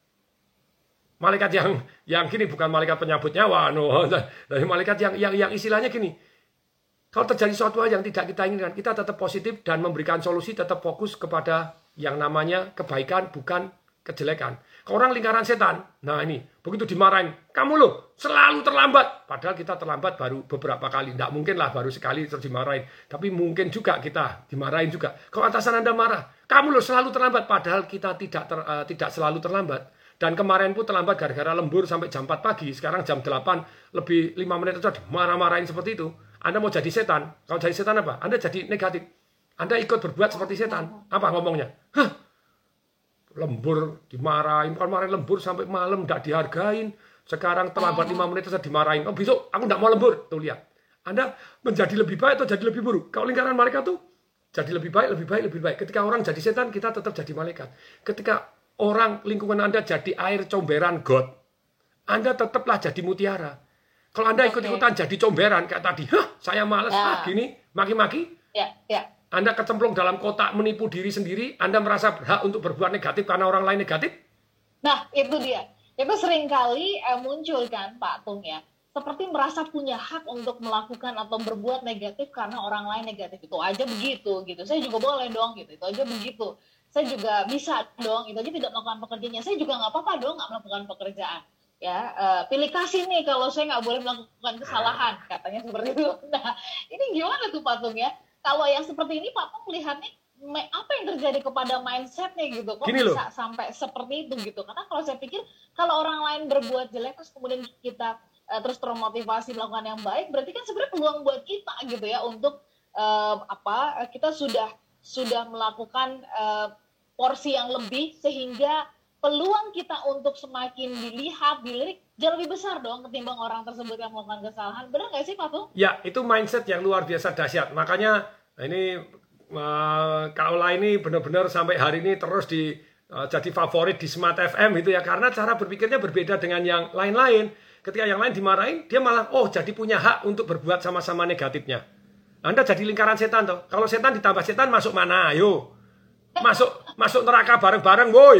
Malaikat yang yang gini bukan malaikat penyabut nyawa. No. Dari malaikat yang, yang, yang istilahnya gini. Kalau terjadi sesuatu hal yang tidak kita inginkan, kita tetap positif dan memberikan solusi, tetap fokus kepada yang namanya kebaikan, bukan kejelekan. Kalau orang lingkaran setan, nah ini, begitu dimarahin, kamu loh selalu terlambat. Padahal kita terlambat baru beberapa kali. Tidak mungkin lah baru sekali terus dimarahin. Tapi mungkin juga kita dimarahin juga. Kalau atasan Anda marah, kamu loh selalu terlambat. Padahal kita tidak ter, uh, tidak selalu terlambat. Dan kemarin pun terlambat gara-gara lembur sampai jam empat pagi. Sekarang jam delapan lebih lima menit itu marah-marahin seperti itu. Anda mau jadi setan. Kalau jadi setan apa? Anda jadi negatif. Anda ikut berbuat seperti setan. Apa ngomongnya? Hah? Lembur dimarahin. Bukan marahin lembur sampai malam. Tidak dihargain. Sekarang terlambat lima menit saja dimarahin. Oh besok aku tidak mau lembur. Tuh lihat. Anda menjadi lebih baik atau jadi lebih buruk? Kalau lingkaran malaikat tuh jadi lebih baik, lebih baik, lebih baik. Ketika orang jadi setan, kita tetap jadi malaikat. Ketika orang lingkungan Anda jadi air comberan God, Anda tetaplah jadi mutiara. Kalau Anda ikut-ikutan okay. jadi comberan kayak tadi, hah, saya males, ya. ah, gini, maki-maki. Ya, ya. Anda kecemplung dalam kotak menipu diri sendiri, Anda merasa berhak untuk berbuat negatif karena orang lain negatif? Nah, itu dia. Itu seringkali eh, muncul kan, Pak Tung ya. Seperti merasa punya hak untuk melakukan atau berbuat negatif karena orang lain negatif. Itu aja begitu, gitu. Saya juga boleh dong, gitu. Itu aja begitu. Saya juga bisa dong, itu aja tidak melakukan pekerjaannya. Saya juga nggak apa-apa dong nggak melakukan pekerjaan. Ya, uh, pilih kasih nih kalau saya nggak boleh melakukan kesalahan, katanya seperti itu. Nah, ini gimana tuh Pak Tung ya? Kalau yang seperti ini Pak Tung melihatnya apa yang terjadi kepada mindsetnya gitu? Kok Gini bisa loh. sampai seperti itu gitu? Karena kalau saya pikir kalau orang lain berbuat jelek terus kemudian kita uh, terus termotivasi melakukan yang baik, berarti kan sebenarnya peluang buat kita gitu ya untuk uh, apa? Kita sudah sudah melakukan uh, porsi yang lebih sehingga peluang kita untuk semakin dilihat, dilirik jauh lebih besar dong ketimbang orang tersebut yang melakukan kesalahan. Benar nggak sih Pak Tung? Ya, itu mindset yang luar biasa dahsyat. Makanya ini uh, Kak Ola ini benar-benar sampai hari ini terus di uh, jadi favorit di Smart F M gitu ya. Karena cara berpikirnya berbeda dengan yang lain-lain. Ketika yang lain dimarahin, dia malah oh jadi punya hak untuk berbuat sama-sama negatifnya. Anda jadi lingkaran setan toh. Kalau setan ditambah setan masuk mana? Ayo. Masuk masuk neraka bareng-bareng, boy.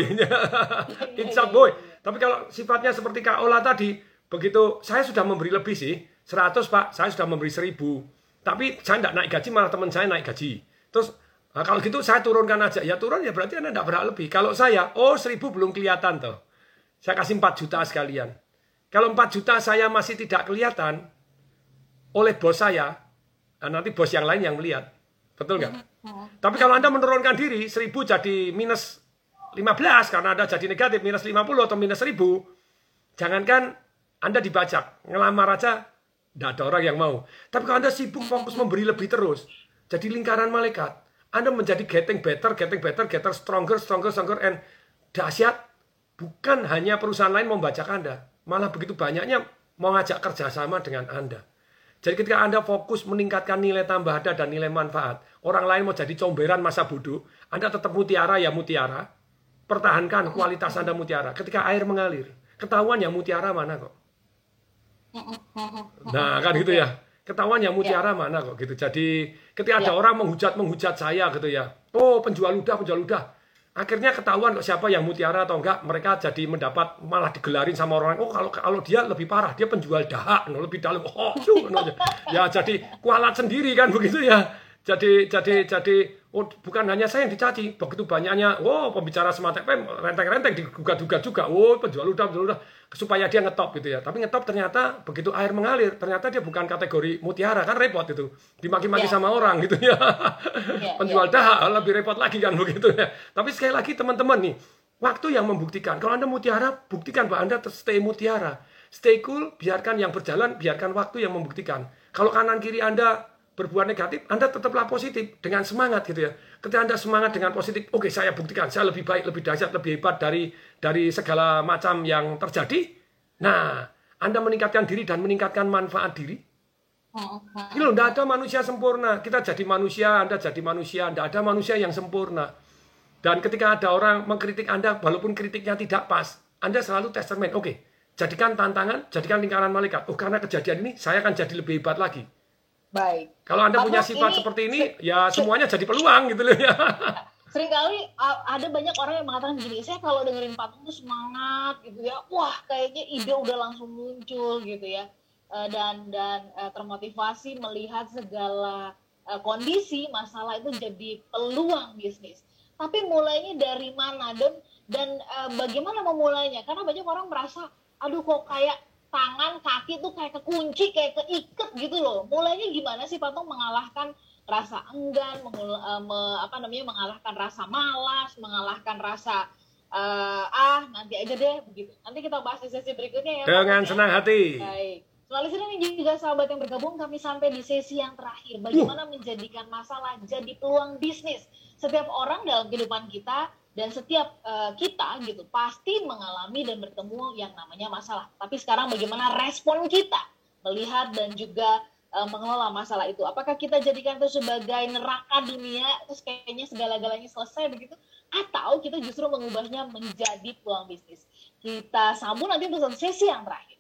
Insya boy. Tapi kalau sifatnya seperti Kak Ola tadi, begitu saya sudah memberi lebih sih. seratus Pak, saya sudah memberi seribu. Tapi saya tidak naik gaji, malah teman saya naik gaji. Terus nah kalau gitu saya turunkan aja. Ya turun ya berarti Anda tidak berhak lebih. Kalau saya, oh seribu belum kelihatan tuh. Saya kasih empat juta sekalian. Kalau empat juta saya masih tidak kelihatan oleh bos saya, nah nanti bos yang lain yang melihat. Betul nggak? Tapi kalau Anda menurunkan diri, seribu jadi minus lima belas karena Anda jadi negatif, minus lima puluh atau minus seribu, jangankan Anda dibajak, ngelamar aja, tidak ada orang yang mau. Tapi kalau Anda sibuk fokus memberi lebih terus, jadi lingkaran malaikat, Anda menjadi getting better, getting better, getting stronger, stronger, stronger, and dahsyat. Bukan hanya perusahaan lain membajak Anda, malah begitu banyaknya mau ngajak kerjasama dengan Anda. Jadi ketika Anda fokus meningkatkan nilai tambah Anda dan nilai manfaat, orang lain mau jadi comberan masa bodoh, Anda tetap mutiara ya mutiara, pertahankan kualitas Anda mutiara. Ketika air mengalir, ketahuan yang mutiara mana kok. Nah kan gitu ya, ketahuan yang mutiara mana kok gitu. Jadi ketika ada orang menghujat-menghujat saya gitu ya, oh penjual ludah, penjual ludah. Akhirnya ketahuan kok siapa yang mutiara atau enggak, mereka jadi mendapat malah digelarin sama orang lain. Oh kalau kalau dia lebih parah, dia penjual dahak, lebih dalam. Oh, cuh, ya jadi kualat sendiri kan begitu ya. Jadi jadi jadi oh, bukan hanya saya yang dicaci, begitu banyaknya. Oh pembicara Smart F M renteng-renteng digugat-gugat juga. Oh penjual ludah, penjual ludah supaya dia ngetop gitu ya. Tapi ngetop ternyata begitu air mengalir, ternyata dia bukan kategori mutiara, kan repot itu. Dimaki-maki yeah. sama orang gitu ya. Yeah, penjual yeah. dahak lebih repot lagi kan begitu ya. Tapi sekali lagi teman-teman nih, waktu yang membuktikan. Kalau Anda mutiara, buktikan bahwa Anda stay mutiara. Stay cool, biarkan yang berjalan, biarkan waktu yang membuktikan. Kalau kanan kiri Anda berbuat negatif, Anda tetaplah positif dengan semangat gitu ya. Ketika Anda semangat dengan positif, oke okay, saya buktikan saya lebih baik, lebih dahsyat, lebih hebat dari dari segala macam yang terjadi. Nah, Anda meningkatkan diri dan meningkatkan manfaat diri. Ini loh, tidak ada manusia sempurna. Kita jadi manusia, Anda jadi manusia, tidak ada manusia yang sempurna. Dan ketika ada orang mengkritik Anda, walaupun kritiknya tidak pas, Anda selalu testament. Oke, okay, jadikan tantangan, jadikan lingkaran malaikat. Oh, karena kejadian ini, saya akan jadi lebih hebat lagi. Baik. Kalau Anda punya sifat ini, seperti ini, ya semuanya jadi peluang gitu loh ya. Seringkali ada banyak orang yang mengatakan begini, saya kalau dengerin Patung tuh semangat gitu ya, wah kayaknya ide udah langsung muncul gitu ya, dan dan termotivasi melihat segala kondisi masalah itu jadi peluang bisnis. Tapi mulainya dari mana dan dan bagaimana memulainya? Karena banyak orang merasa, aduh kok kayak tangan, kaki tuh kayak kekunci, kayak keiket gitu loh. Mulainya gimana sih Patung mengalahkan rasa enggan, mengul, uh, me, apa namanya mengalahkan rasa malas, mengalahkan rasa uh, ah nanti aja deh begitu. Nanti kita bahas di sesi berikutnya ya. Dengan Patung, senang ya. hati. Baik. Melalui sini juga sahabat yang bergabung, kami sampai di sesi yang terakhir. Bagaimana uh. menjadikan masalah jadi peluang bisnis. Setiap orang dalam kehidupan kita dan setiap uh, kita gitu pasti mengalami dan bertemu yang namanya masalah. Tapi sekarang bagaimana respon kita melihat dan juga uh, mengelola masalah itu? Apakah kita jadikan itu sebagai neraka dunia, terus kayaknya segala-galanya selesai begitu? Atau kita justru mengubahnya menjadi peluang bisnis? Kita sambung nanti untuk sesi yang terakhir.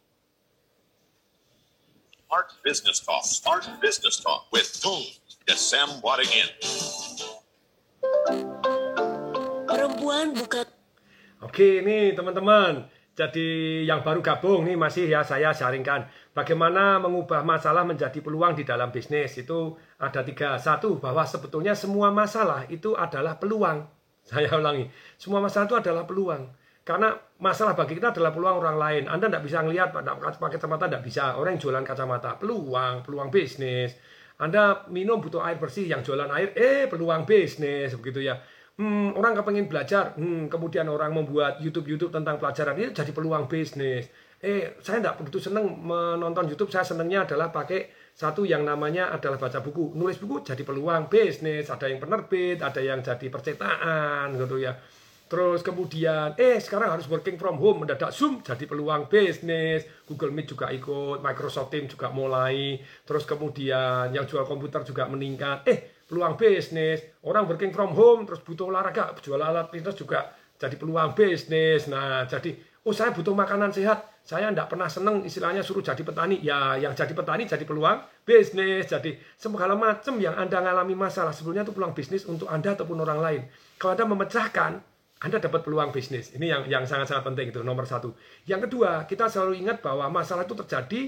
Smart Business Talk. Smart Business Talk with Tung Desem Wadingin. Perempuan bukan. Oke, ini teman-teman. Jadi yang baru gabung nih masih ya saya sharingkan bagaimana mengubah masalah menjadi peluang di dalam bisnis. Itu ada tiga. Satu, bahwa sebetulnya semua masalah itu adalah peluang. Saya ulangi, semua masalah itu adalah peluang. Karena masalah bagi kita adalah peluang orang lain. Anda tidak bisa ngelihat pakai kacamata, tidak bisa. Orang yang jualan kacamata, peluang, peluang bisnis. Anda minum butuh air bersih, yang jualan air, eh peluang bisnis, begitu ya. Hmm, orang kepengen belajar, hmm, kemudian orang membuat YouTube-YouTube tentang pelajaran, ini jadi peluang bisnis. Eh, saya tidak begitu senang menonton YouTube, saya senangnya adalah pakai satu yang namanya adalah baca buku. Nulis buku jadi peluang bisnis, ada yang penerbit, ada yang jadi percetakan, gitu ya. Terus kemudian, eh sekarang harus working from home, mendadak Zoom jadi peluang bisnis, Google Meet juga ikut, Microsoft Teams juga mulai, terus kemudian yang jual komputer juga meningkat, eh peluang bisnis, orang working from home, terus butuh olahraga, jual alat fitness juga jadi peluang bisnis. Nah jadi, oh saya butuh makanan sehat, saya tidak pernah seneng istilahnya suruh jadi petani, ya yang jadi petani jadi peluang bisnis. Jadi segala macam yang Anda ngalami masalah, sebetulnya itu peluang bisnis untuk Anda ataupun orang lain. Kalau Anda memecahkan, Anda dapat peluang bisnis. Ini yang yang sangat-sangat penting, itu nomor satu. Yang kedua, kita selalu ingat bahwa masalah itu terjadi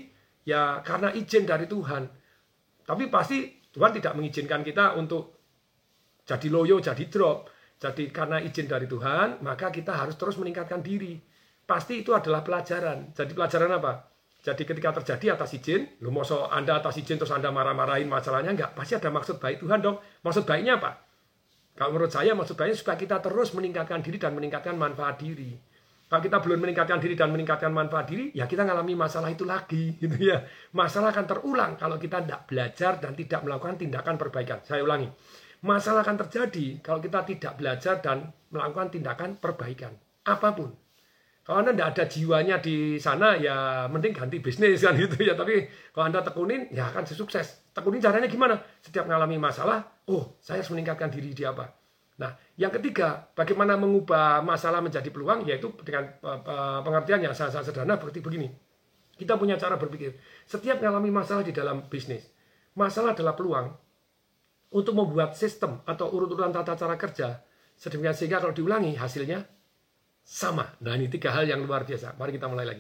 Ya karena izin dari Tuhan. Tapi pasti Tuhan tidak mengizinkan kita untuk jadi loyo, jadi drop. Jadi karena izin dari Tuhan, maka kita harus terus meningkatkan diri. Pasti itu adalah pelajaran. Jadi pelajaran apa? Jadi ketika terjadi atas izin, lu mau so Anda atas izin terus Anda marah-marahin masalahnya, enggak. Pasti ada maksud baik Tuhan dong. Maksud baiknya apa? Kalau menurut saya maksud baiknya supaya kita terus meningkatkan diri dan meningkatkan manfaat diri. Kalau kita belum meningkatkan diri dan meningkatkan manfaat diri, ya kita ngalami masalah itu lagi, gitu ya. Masalah akan terulang kalau kita tidak belajar dan tidak melakukan tindakan perbaikan. Saya ulangi. Masalah akan terjadi kalau kita tidak belajar dan melakukan tindakan perbaikan. Apapun. Kalau Anda tidak ada jiwanya di sana, ya mending ganti bisnis kan gitu ya. Tapi kalau Anda tekunin, ya akan sukses. Tekunin caranya gimana? Setiap mengalami masalah, oh saya harus meningkatkan diri di apa? Nah, yang ketiga, bagaimana mengubah masalah menjadi peluang, yaitu dengan pengertian yang sangat sederhana seperti begini. Kita punya cara berpikir. Setiap mengalami masalah di dalam bisnis, masalah adalah peluang untuk membuat sistem atau urut-urutan tata cara kerja sedemikian sehingga kalau diulangi hasilnya sama. Nah, ini tiga hal yang luar biasa. Mari kita mulai lagi.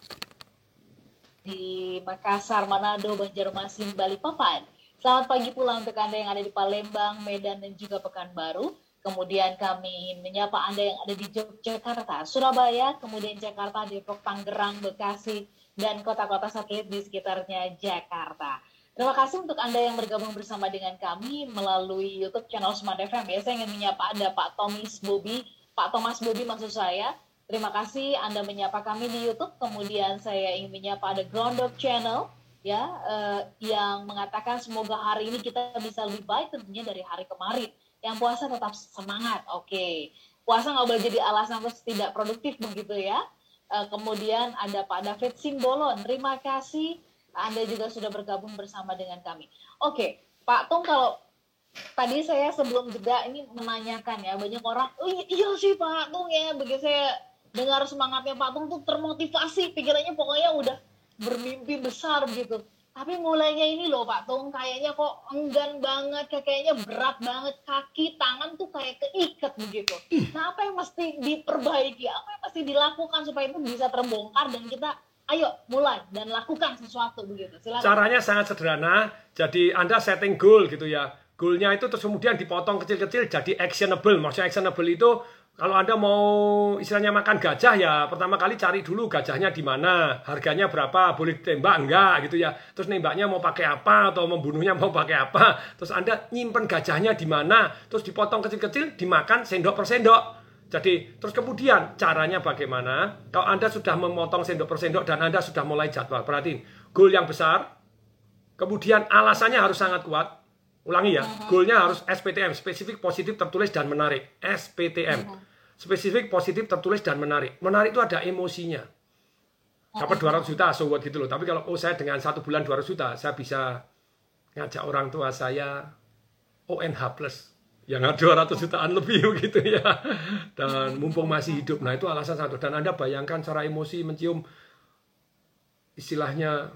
Di Makassar, Manado, Banjarmasin, Balikpapan. Selamat pagi pula untuk Anda yang ada di Palembang, Medan, dan juga Pekanbaru. Kemudian kami ingin menyapa Anda yang ada di Yogyakarta, Surabaya, kemudian Jakarta, Depok, Tangerang, Bekasi, dan kota-kota satelit di sekitarnya Jakarta. Terima kasih untuk Anda yang bergabung bersama dengan kami melalui YouTube channel Smart F M. Ya, saya ingin menyapa Anda Pak Thomas Bobby, Pak Thomas Bobby maksud saya. Terima kasih Anda menyapa kami di YouTube. Kemudian saya ingin menyapa ada Groundhog Channel, ya, eh, yang mengatakan semoga hari ini kita bisa lebih baik tentunya dari hari kemarin. Yang puasa tetap semangat. Oke, puasa nggak boleh jadi alasan terus tidak produktif begitu ya. Eh, kemudian ada Pak David Simbolon. Terima kasih. Anda juga sudah bergabung bersama dengan kami. Oke, Pak Tung, kalau tadi saya sebelum jeda ini menanyakan ya, banyak orang, oh iya sih Pak Tung ya, begitu saya dengar semangatnya Pak Tung tuh termotivasi, pikirannya pokoknya udah bermimpi besar gitu. Tapi mulainya ini loh Pak Tung, kayaknya kok enggan banget, kayaknya berat banget, kaki, tangan tuh kayak keikat begitu. Nah, apa yang mesti diperbaiki, apa yang mesti dilakukan supaya itu bisa terbongkar dan kita ayo mulai dan lakukan sesuatu begitu. Silakan. Caranya sangat sederhana. Jadi Anda setting goal gitu ya. Goalnya itu terus kemudian dipotong kecil-kecil jadi actionable. Maksudnya actionable itu kalau Anda mau istilahnya makan gajah ya pertama kali cari dulu gajahnya di mana, harganya berapa, boleh ditembak enggak gitu ya. Terus nembaknya mau pakai apa atau membunuhnya mau pakai apa. Terus Anda nyimpen gajahnya di mana, terus dipotong kecil-kecil dimakan sendok per sendok. Jadi, terus kemudian caranya bagaimana? Kalau Anda sudah memotong sendok per sendok dan Anda sudah mulai jadwal, perhatiin, goal yang besar, kemudian alasannya harus sangat kuat. Ulangi ya, goalnya harus S P T M, spesifik, positif, tertulis, dan menarik. S P T M, spesifik, positif, tertulis, dan menarik. Menarik itu ada emosinya. Dapat dua ratus juta, so what gitu loh. Tapi kalau oh saya dengan satu bulan dua ratus juta, saya bisa ngajak orang tua saya O N H plus. Yang dua ratus jutaan lebih gitu ya. Dan mumpung masih hidup. Nah itu alasan satu. Dan Anda bayangkan secara emosi mencium istilahnya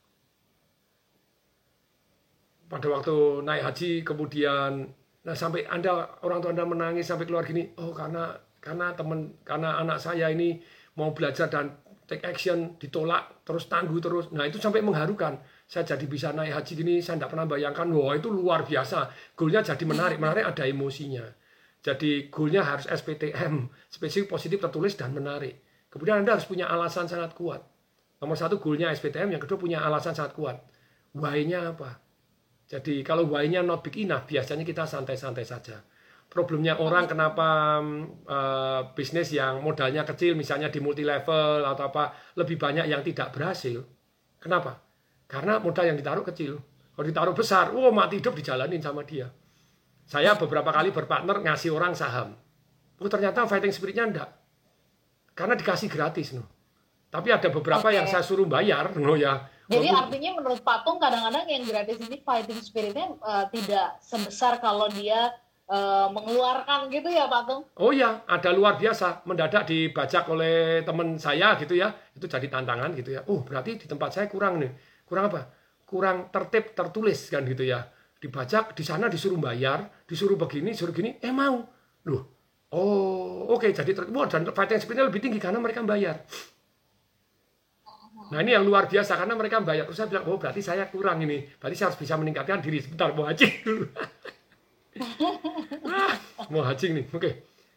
pada waktu naik haji kemudian nah sampai Anda orang tua Anda menangis sampai keluar gini. Oh karena karena teman karena anak saya ini mau belajar dan take action ditolak terus tangguh terus. Nah itu sampai mengharukan. Saya jadi bisa naik haji gini, saya tidak pernah bayangkan, wah itu luar biasa. Goalnya jadi menarik, menarik ada emosinya. Jadi goalnya harus S P T M, spesifik, positif, tertulis, dan menarik. Kemudian Anda harus punya alasan sangat kuat. Nomor satu goalnya S P T M, yang kedua punya alasan sangat kuat. Why-nya apa? Jadi kalau why-nya not big enough, biasanya kita santai-santai saja. Problemnya orang kenapa uh, bisnis yang modalnya kecil, misalnya di multi level atau apa, lebih banyak yang tidak berhasil. Kenapa? Karena modal yang ditaruh kecil. Kalau ditaruh besar, oh mati hidup dijalanin sama dia. Saya beberapa kali berpartner ngasih orang saham. Oh ternyata fighting spiritnya enggak. Karena dikasih gratis. No. Tapi ada beberapa okay. yang saya suruh bayar. No, ya. Jadi Walaupun, artinya menurut Pak Tung kadang-kadang yang gratis ini fighting spiritnya uh, tidak sebesar kalau dia uh, mengeluarkan gitu ya Pak Tung? Oh ya, ada luar biasa. Mendadak dibajak oleh teman saya gitu ya. Itu jadi tantangan gitu ya. Oh berarti di tempat saya kurang nih. Kurang apa? Kurang tertib tertulis kan gitu ya. Dibajak, di sana disuruh bayar, disuruh begini, disuruh gini, eh mau. Loh, oh oke, okay. Jadi wah, dan fighting spiritnya lebih tinggi karena mereka bayar. Nah ini yang luar biasa karena mereka bayar. Terus saya bilang, oh berarti saya kurang ini. Berarti saya harus bisa meningkatkan diri. Sebentar, mau hacing dulu. ah, mau hacing nih, oke.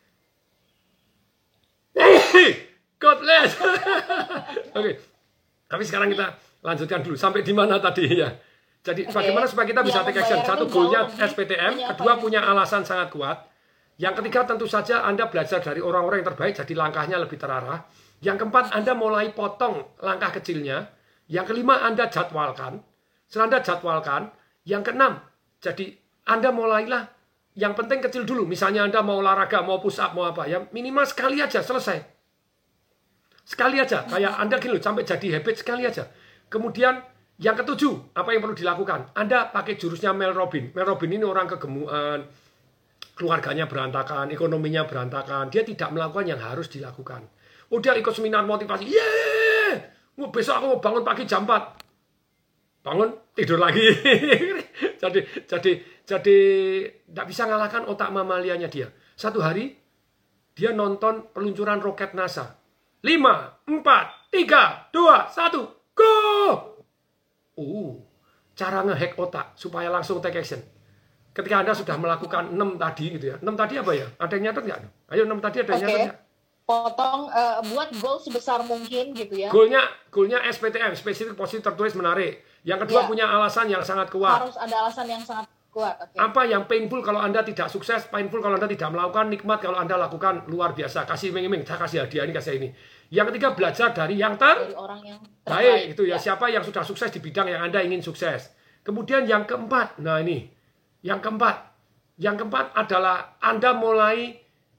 Okay. God bless. oke. Okay. Tapi sekarang kita lanjutkan dulu. Sampai di mana tadi ya? Jadi okay. Bagaimana supaya kita bisa take action? Satu, goalnya S P T M. Kedua, punya alasan sangat kuat. Yang ketiga, tentu saja Anda belajar dari orang-orang yang terbaik, jadi langkahnya lebih terarah. Yang keempat, Anda mulai potong langkah kecilnya. Yang kelima, Anda jadwalkan. Setelah Anda jadwalkan. Yang keenam, jadi Anda mulailah yang penting kecil dulu. Misalnya Anda mau olahraga, mau push up, mau apa. Ya minimal sekali aja, selesai. Sekali aja. Kayak Anda gini loh, sampai jadi habit sekali aja. Kemudian, yang ketujuh, apa yang perlu dilakukan? Anda pakai jurusnya Mel Robbins. Mel Robbins ini orang kegemuan, keluarganya berantakan, ekonominya berantakan. Dia tidak melakukan yang harus dilakukan. Oh, dia ikut seminar motivasi. Yeay! Besok aku mau bangun pagi jam empat. Bangun, tidur lagi. jadi jadi jadi tidak bisa ngalahkan otak mamalianya dia. Satu hari, dia nonton peluncuran roket NASA. Lima, empat, tiga, dua, satu, go! Uh, cara ngehack otak supaya langsung take action. Ketika Anda sudah melakukan enam tadi gitu ya. enam tadi apa ya? Ada yang nyatet nggak? Ayo enam tadi ada yang okay. nyatet nggak? Potong, uh, buat goal sebesar mungkin gitu ya. Goalnya, goalnya S P T M, spesifik, positif, tertulis, menarik. Yang kedua, ya. Punya alasan yang sangat kuat. Harus ada alasan yang sangat kuat. Okay. Apa yang painful kalau Anda tidak sukses, painful kalau Anda tidak melakukan, nikmat kalau Anda lakukan, luar biasa. Kasih iming-iming, saya kasih hadiah ini, kasih ini. Yang ketiga, belajar dari yang ter dari orang yang terbaik. Baik, itu ya. ya. Siapa yang sudah sukses di bidang yang Anda ingin sukses. Kemudian yang keempat, nah ini. Yang keempat, yang keempat adalah Anda mulai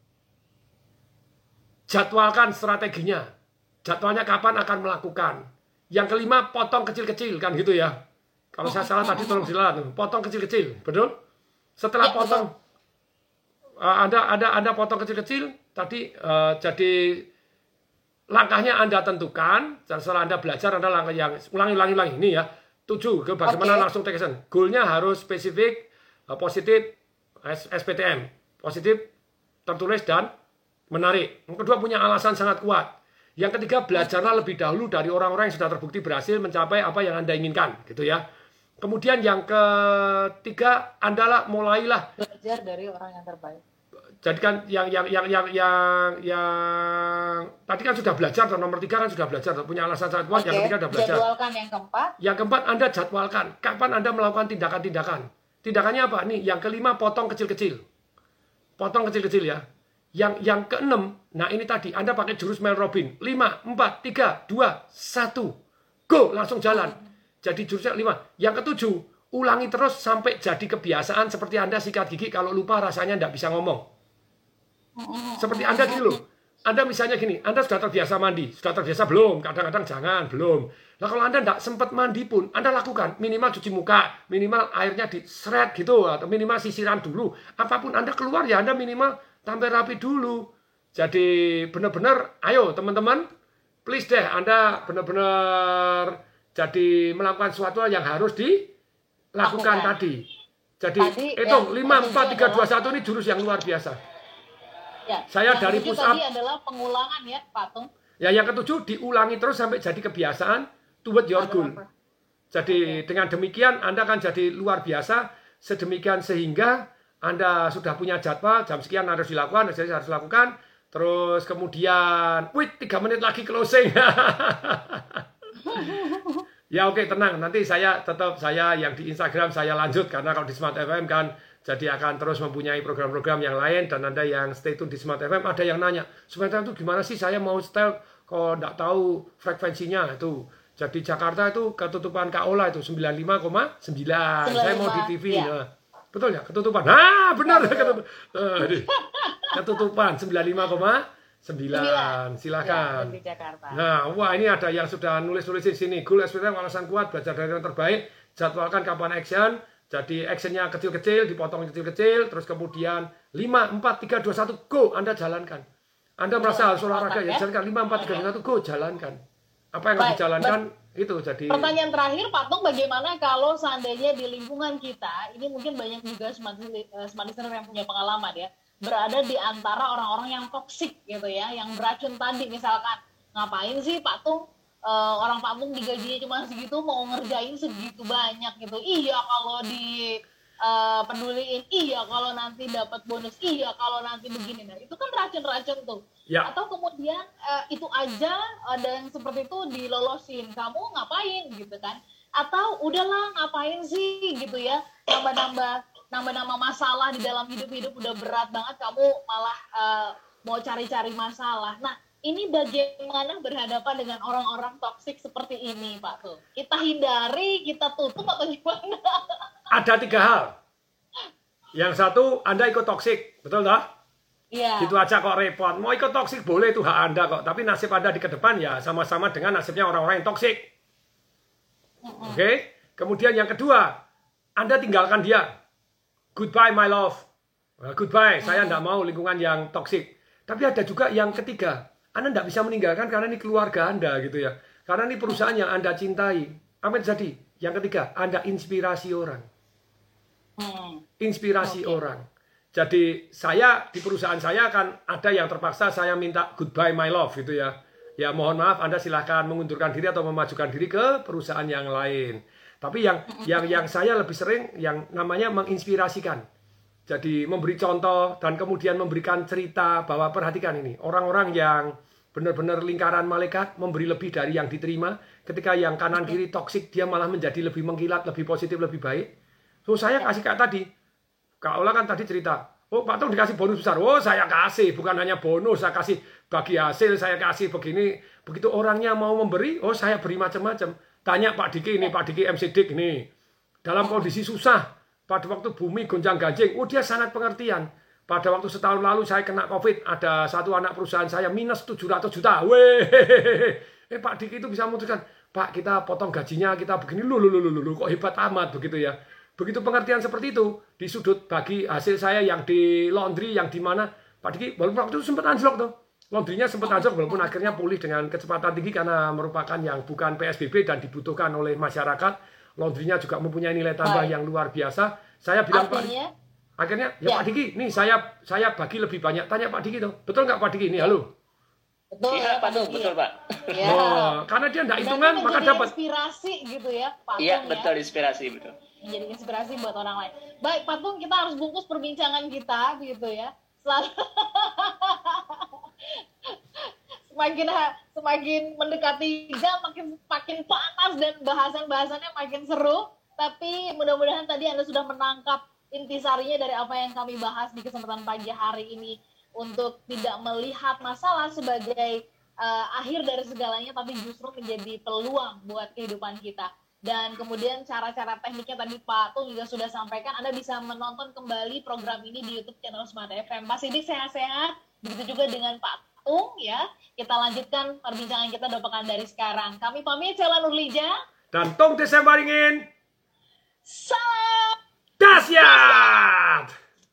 jadwalkan strateginya. Jadwalnya kapan akan melakukan. Yang kelima, potong kecil-kecil, kan gitu ya. Kalau saya salah tadi tolong silakan. Potong kecil-kecil, betul? Setelah ya, potong, uh, Anda, Anda, Anda potong kecil-kecil, tadi uh, jadi langkahnya Anda tentukan. Setelah Anda belajar, Anda langkah yang ulangi-ulangi-ulangi. Ini ya, tujuh, ke bagaimana okay. langsung take action. Goalnya harus spesifik, uh, positif, S P T M. Positif, tertulis, dan menarik. Yang kedua, punya alasan sangat kuat. Yang ketiga, belajarlah lebih dahulu dari orang-orang yang sudah terbukti berhasil mencapai apa yang Anda inginkan, gitu ya. Kemudian yang ketiga, Anda mulailah belajar dari orang yang terbaik. Jadikan yang yang yang yang yang yang tadi kan sudah belajar, nomor tiga kan sudah belajar, punya alasan sangat kuat. Okay. Yang ketiga sudah belajar. Jadwalkan yang keempat. Yang keempat, Anda jadwalkan kapan Anda melakukan tindakan-tindakan. Tindakannya apa? Nih, yang kelima, potong kecil-kecil. Potong kecil-kecil ya. Yang yang keenam, nah ini tadi Anda pakai jurus Mel Robbins. lima, empat, tiga, dua, satu. Go, langsung jalan. Jadi jurusnya lima. Yang ketujuh, ulangi terus sampai jadi kebiasaan seperti Anda sikat gigi kalau lupa rasanya tidak bisa ngomong. Seperti Anda gini loh. Anda misalnya gini, Anda sudah terbiasa mandi. Sudah terbiasa belum? Kadang-kadang jangan, belum. Nah kalau Anda tidak sempat mandi pun, Anda lakukan. Minimal cuci muka, minimal airnya diseret gitu, atau minimal sisiran dulu. Apapun Anda keluar ya, Anda minimal tampil rapi dulu. Jadi benar-benar, ayo teman-teman, please deh, Anda benar-benar jadi melakukan sesuatu yang harus dilakukan Lakukan. tadi. Jadi hitung, lima, empat, tiga, dua, satu ini jurus yang luar biasa. Ya, saya dari push up. Tadi adalah pengulangan ya, Pak Tung. Ya, yang ketujuh, diulangi terus sampai jadi kebiasaan toward your goal. Jadi okay. dengan demikian Anda akan jadi luar biasa, sedemikian sehingga Anda sudah punya jadwal, jam sekian harus dilakukan, jadi harus lakukan. Terus kemudian, wait, tiga menit lagi closing. Ya oke, okay, tenang. Nanti saya tetap, saya yang di Instagram saya lanjut. Karena kalau di Smart F M kan, jadi akan terus mempunyai program-program yang lain. Dan Anda yang stay tune di Smart F M, ada yang nanya, Smart F M itu gimana sih saya mau setel kalau tidak tahu frekuensinya itu. Jadi Jakarta itu ketutupan Kaola itu sembilan puluh lima koma sembilan. Saya mau di T V. Ya. Nah. Betul ya? Ketutupan. Nah, benar. Ya, ketutupan. Uh, ketutupan sembilan puluh lima koma sembilan. Silakan. Ya, nah, wah ini ada yang sudah nulis-nulis di sini. Goal S P T M alasan kuat, belajar dari yang terbaik, jadwalkan kapan action. Jadi actionnya kecil-kecil, dipotong kecil-kecil, terus kemudian lima, empat, tiga, dua, satu, go. Anda jalankan. Anda merasa harus olahraga ya, jalankan. lima, empat, tiga, dua, satu, go. Jalankan. Apa yang harus dijalankan? Itu jadi pertanyaan terakhir, Pak Tung, bagaimana kalau seandainya di lingkungan kita ini mungkin banyak juga smart listener yang punya pengalaman ya, berada di antara orang-orang yang toksik gitu ya, yang beracun tadi, misalkan ngapain sih Pak Tung uh, orang Patung digajinya cuma segitu mau ngerjain segitu banyak gitu. Iya kalau di uh, peduliin, iya kalau nanti dapat bonus, iya kalau nanti begini. Nah itu kan racun-racun tuh. Ya. Atau kemudian uh, itu aja ada yang seperti itu dilolosin, kamu ngapain gitu kan? Atau udahlah ngapain sih gitu ya, nambah-nambah nambah-nambah masalah di dalam hidup-hidup udah berat banget, kamu malah uh, mau cari-cari masalah. Nah ini bagaimana berhadapan dengan orang-orang toksik seperti ini Pak tuh? Kita hindari, kita tutup atau gimana? Ada tiga hal. Yang satu, Anda ikut toksik, betul tak? Iya. Gitu aja kok repot. Mau ikut toksik boleh, itu hak Anda kok. Tapi nasib Anda di ke depan ya sama-sama dengan nasibnya orang-orang yang toksik. Oke. Okay? Kemudian yang kedua, Anda tinggalkan dia. Goodbye my love. Well, goodbye. Saya tidak mau lingkungan yang toksik. Tapi ada juga yang ketiga. Anda tidak bisa meninggalkan karena ini keluarga Anda gitu ya. Karena ini perusahaan yang Anda cintai. Apa yang terjadi? Yang ketiga, Anda inspirasi orang. Inspirasi okay. orang. Jadi saya di perusahaan saya akan ada yang terpaksa saya minta goodbye my love gitu ya. Ya mohon maaf Anda silahkan mengundurkan diri atau memajukan diri ke perusahaan yang lain. Tapi yang yang yang saya lebih sering yang namanya menginspirasikan. Jadi memberi contoh dan kemudian memberikan cerita bahwa perhatikan ini. Orang-orang yang benar-benar lingkaran malaikat memberi lebih dari yang diterima. Ketika yang kanan kiri toksik dia malah menjadi lebih mengkilat, lebih positif, lebih baik. So saya kasih kayak tadi. Kak Ola kan tadi cerita, oh Pak Tung dikasih bonus besar. Oh saya kasih, bukan hanya bonus, saya kasih bagi hasil, saya kasih begini. Begitu orangnya mau memberi, oh saya beri macam-macam. Tanya Pak Diki ini, Pak Diki M C Dik ini. Dalam kondisi susah, pada waktu bumi gonjang-ganjing, oh dia sangat pengertian. Pada waktu setahun lalu saya kena COVID, ada satu anak perusahaan saya minus tujuh ratus juta. Weh, eh Pak Diki itu bisa memutuskan, Pak kita potong gajinya, kita begini, lu, lu, lu, lu, lu, kok hebat amat begitu ya. Begitu pengertian seperti itu, di sudut bagi hasil saya yang di laundry, yang di mana, Pak Diki, walaupun waktu itu sempat anjlok tuh. Laundrynya sempat anjlok, walaupun akhirnya pulih dengan kecepatan tinggi karena merupakan yang bukan P S B B dan dibutuhkan oleh masyarakat. Laundrynya juga mempunyai nilai tambah yang luar biasa. Saya bilang, Artinya, Pak akhirnya, ya, ya Pak Diki, nih saya saya bagi lebih banyak. Tanya Pak Diki tuh, betul nggak Pak Diki? Ini halo. Betul Iya, ya, Pak Tung, betul Pak. Ya. Oh, karena dia enggak hitungan, maka dapat. Inspirasi gitu ya, Pak Tung. Iya, ya. betul inspirasi, betul. Menjadi inspirasi buat orang lain. Baik, Pak Tung, kita harus bungkus perbincangan kita, gitu ya. Selalu semakin semakin mendekati jam, makin makin panas dan bahasan-bahasannya makin seru. Tapi mudah-mudahan tadi Anda sudah menangkap intisarinya dari apa yang kami bahas di kesempatan pagi hari ini, untuk tidak melihat masalah sebagai uh, akhir dari segalanya, tapi justru menjadi peluang buat kehidupan kita. Dan kemudian cara-cara tekniknya tadi Pak Tung juga sudah sampaikan. Anda bisa menonton kembali program ini di YouTube channel Smart F M. Mas Sidik sehat-sehat, begitu juga dengan Pak Tung ya. Kita lanjutkan perbincangan kita doakan dari sekarang. Kami pamit, Cela Nurlija dan Tung Desembaringin. Salam dahsyat.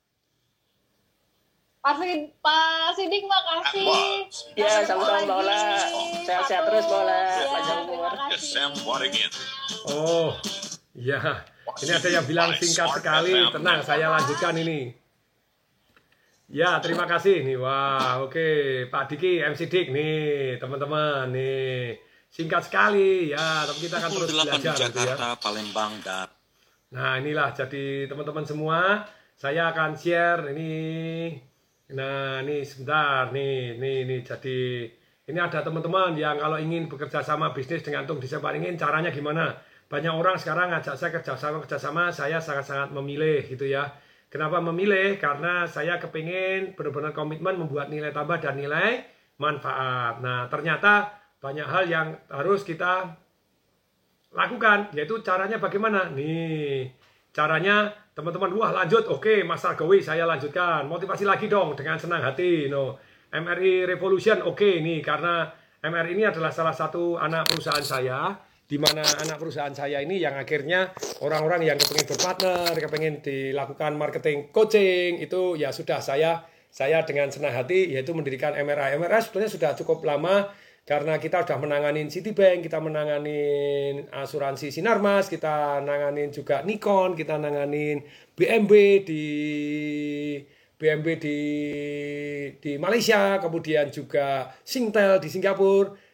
Pak Sidik, Pak Sidik makasih. Ya, sama-sama Mbak Ola. Sehat-sehat terus Mbak Ola. Panjang umur. Sam Waddington. Oh, ya. Ini ada yang bilang singkat sekali. Tenang, saya lanjutkan ini. Ya, terima kasih nih. Wah, oke. Pak Diki, M C Dik nih, teman-teman nih. Singkat sekali ya, tapi kita akan terus belajar di Jakarta, ya. Palembang, dan Nah, inilah jadi teman-teman semua, saya akan share ini. Nah, ini sebentar nih, nih, nih. Jadi ini ada teman-teman yang kalau ingin bekerja sama bisnis dengan Tung Desembaringin, caranya gimana? Banyak orang sekarang ngajak saya kerjasama kerjasama, saya sangat-sangat memilih gitu ya. Kenapa memilih? Karena saya kepingin benar-benar komitmen membuat nilai tambah dan nilai manfaat. Nah, ternyata banyak hal yang harus kita lakukan, yaitu caranya bagaimana? Nih, caranya teman-teman, wah lanjut, oke Mas Argawi saya lanjutkan, motivasi lagi dong dengan senang hati. No, M R I Revolution, oke nih, karena M R I ini adalah salah satu anak perusahaan saya, di mana anak perusahaan saya ini yang akhirnya orang-orang yang kepengen berpartner, kepengen dilakukan marketing coaching, itu ya sudah saya saya dengan senang hati yaitu mendirikan M R I. M R I sebenarnya sudah cukup lama, karena kita sudah menanganin Citibank, kita menanganin asuransi Sinarmas, kita nanganin juga Nikon, kita nanganin B M W di B M W di di Malaysia, kemudian juga Singtel di Singapura.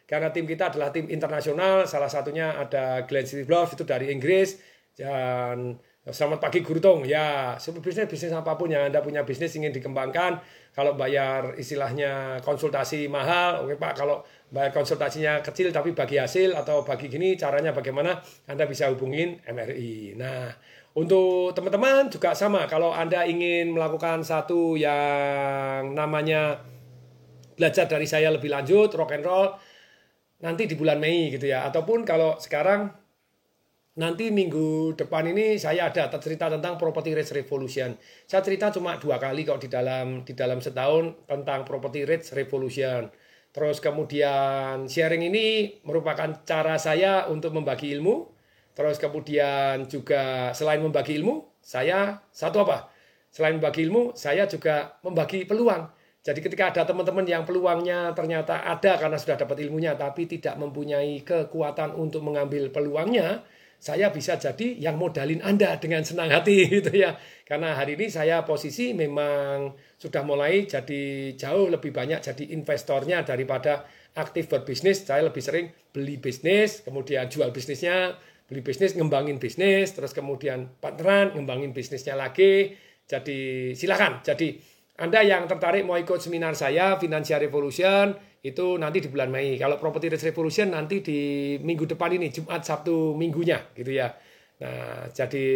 karena tim kita adalah tim internasional, salah satunya ada Glenn Stevlove itu dari Inggris, dan selamat pagi Guru Tung. Ya, bisnis bisnis apapun yang Anda punya bisnis ingin dikembangkan, kalau bayar istilahnya konsultasi mahal, oke Pak, kalau bayar konsultasinya kecil tapi bagi hasil atau bagi gini, caranya bagaimana, Anda bisa hubungin M R I. Nah, untuk teman-teman juga sama, kalau Anda ingin melakukan satu yang namanya belajar dari saya lebih lanjut, rock and roll, nanti di bulan Mei gitu ya. Ataupun kalau sekarang, nanti minggu depan ini saya ada cerita tentang Property Rates Revolution. Saya cerita cuma dua kali kok di dalam di dalam setahun tentang Property Rates Revolution. Terus kemudian sharing ini merupakan cara saya untuk membagi ilmu. Terus kemudian juga selain membagi ilmu, saya satu apa? Selain membagi ilmu, saya juga membagi peluang. Jadi ketika ada teman-teman yang peluangnya ternyata ada karena sudah dapat ilmunya, tapi tidak mempunyai kekuatan untuk mengambil peluangnya, saya bisa jadi yang modalin Anda dengan senang hati gitu ya. Karena hari ini saya posisi memang sudah mulai jadi jauh lebih banyak jadi investornya daripada aktif berbisnis. Saya lebih sering beli bisnis, kemudian jual bisnisnya, beli bisnis, ngembangin bisnis, terus kemudian partneran, ngembangin bisnisnya lagi. Jadi silakan. Jadi Anda yang tertarik mau ikut seminar saya, Financial Revolution, itu nanti di bulan Mei. Kalau Property Rates Revolution nanti di minggu depan ini, Jumat, Sabtu, minggunya gitu ya. Nah, jadi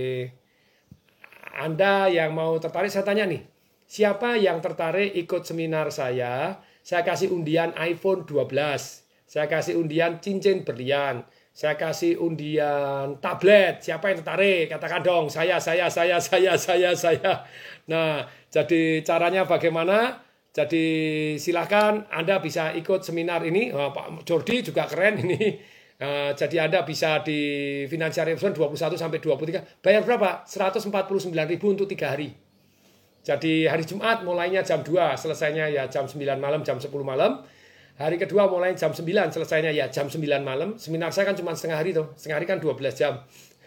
Anda yang mau tertarik, saya tanya nih, siapa yang tertarik ikut seminar saya? Saya kasih undian iPhone dua belas, saya kasih undian cincin berlian, saya kasih undian tablet. Siapa yang tertarik? Katakan dong, saya, saya, saya, saya, saya, saya. Nah, jadi caranya bagaimana? Jadi silahkan Anda bisa ikut seminar ini. Oh, Pak Jordi juga keren ini. Nah, jadi Anda bisa di Financial Revolution dua puluh satu sampai dua puluh tiga. Bayar berapa? seratus empat puluh sembilan ribu untuk tiga hari. Jadi hari Jumat mulainya jam dua, selesainya ya jam sembilan malam, jam sepuluh malam. Hari kedua mulai jam sembilan, selesainya ya jam sembilan malam. Seminar saya kan cuma setengah hari tuh. Setengah hari kan dua belas jam.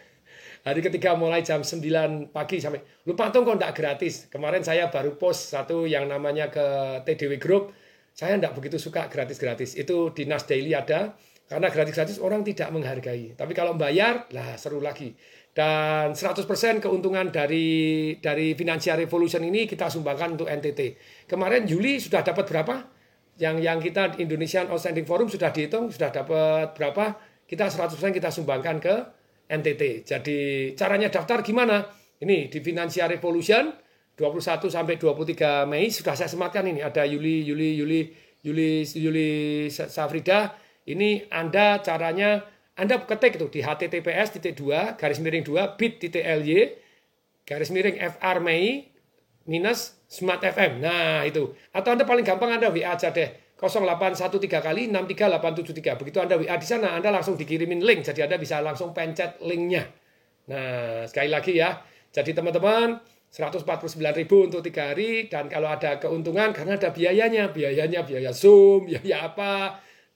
Hari ketiga mulai jam sembilan pagi sampai. Lupa tuh kok enggak gratis. Kemarin saya baru post satu yang namanya ke T D W Group. Saya enggak begitu suka gratis-gratis. Itu di Nas Daily ada. Karena gratis-gratis orang tidak menghargai. Tapi kalau bayar, lah seru lagi. Dan seratus persen keuntungan dari dari Financial Revolution ini kita sumbangkan untuk N T T. Kemarin Juli sudah dapat berapa? Yang yang kita Indonesian Outstanding Forum sudah dihitung, sudah dapat berapa? Kita seratus persen kita sumbangkan ke N T T. Jadi caranya daftar gimana? Ini di Financial Revolution dua puluh satu sampai dua puluh tiga Mei sudah saya sematkan ini. Ada Yuli, Yuli, Yuli, Yuli, Yuli Safrida. Ini Anda caranya, Anda ketik itu di https titik dua garis miring dua bit.ly garis miring fr Mei minus Smart F M. Nah, itu. Atau Anda paling gampang Anda W A aja deh. nol delapan satu tiga kali enam tiga delapan tujuh tiga. Begitu Anda W A di sana, Anda langsung dikirimin link. Jadi Anda bisa langsung pencet linknya. Nah, sekali lagi ya. Jadi teman-teman, seratus empat puluh sembilan ribu untuk tiga hari. Dan kalau ada keuntungan, karena ada biayanya. Biayanya, biaya Zoom, biaya apa.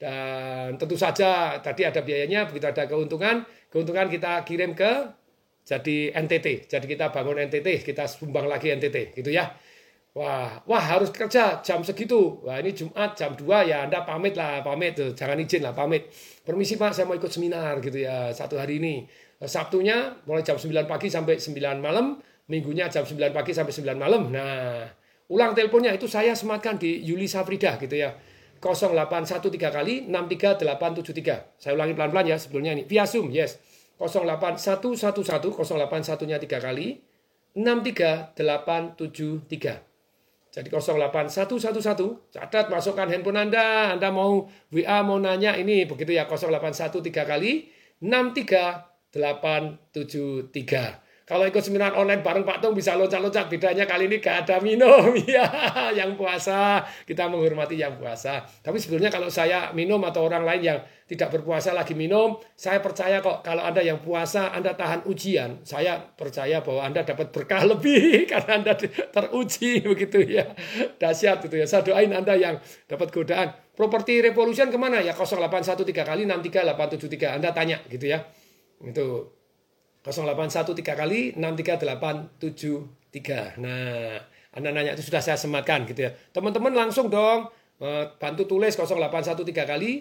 Dan tentu saja tadi ada biayanya. Begitu ada keuntungan, keuntungan kita kirim ke jadi N T T. Jadi kita bangun N T T, kita sumbang lagi N T T. Gitu ya. Wah, wah harus kerja jam segitu. Wah ini Jumat jam dua ya Anda pamit lah, pamit tuh. Jangan izin lah, pamit. Permisi Pak, saya mau ikut seminar gitu ya satu hari ini. Sabtunya mulai jam sembilan pagi sampai sembilan malam, minggunya jam sembilan pagi sampai sembilan malam. Nah, ulang teleponnya itu saya sematkan di Yuli Safrida gitu ya. nol delapan satu tiga kali enam tiga delapan tujuh tiga. Saya ulangi pelan-pelan ya sebelumnya ini. Via Zoom, yes. nol delapan satu satu satu nol delapan satunya tiga kali enam tiga delapan tujuh tiga. Jadi nol delapan satu satu satu, catat masukkan handphone Anda, Anda mau W A mau nanya ini begitu ya, nol delapan satu tiga kali enam tiga delapan tujuh tiga. Kalau ikut seminar online bareng Pak Tung bisa loncat-loncat, bedanya kali ini gak ada minum ya, yang puasa kita menghormati yang puasa. Tapi sebenarnya kalau saya minum atau orang lain yang tidak berpuasa lagi minum, saya percaya kok kalau Anda yang puasa Anda tahan ujian, saya percaya bahwa Anda dapat berkah lebih karena Anda teruji begitu ya. Dahsyat gitu ya. Saya doain Anda yang dapat godaan. Property Revolution kemana ya? nol delapan satu tiga kali enam tiga delapan tujuh tiga. Anda tanya gitu ya. Itu nol delapan satu tiga kali enam tiga delapan tujuh tiga. Nah, Anda nanya itu sudah saya sematkan gitu ya. Teman-teman langsung dong bantu tulis nol delapan satu tiga kali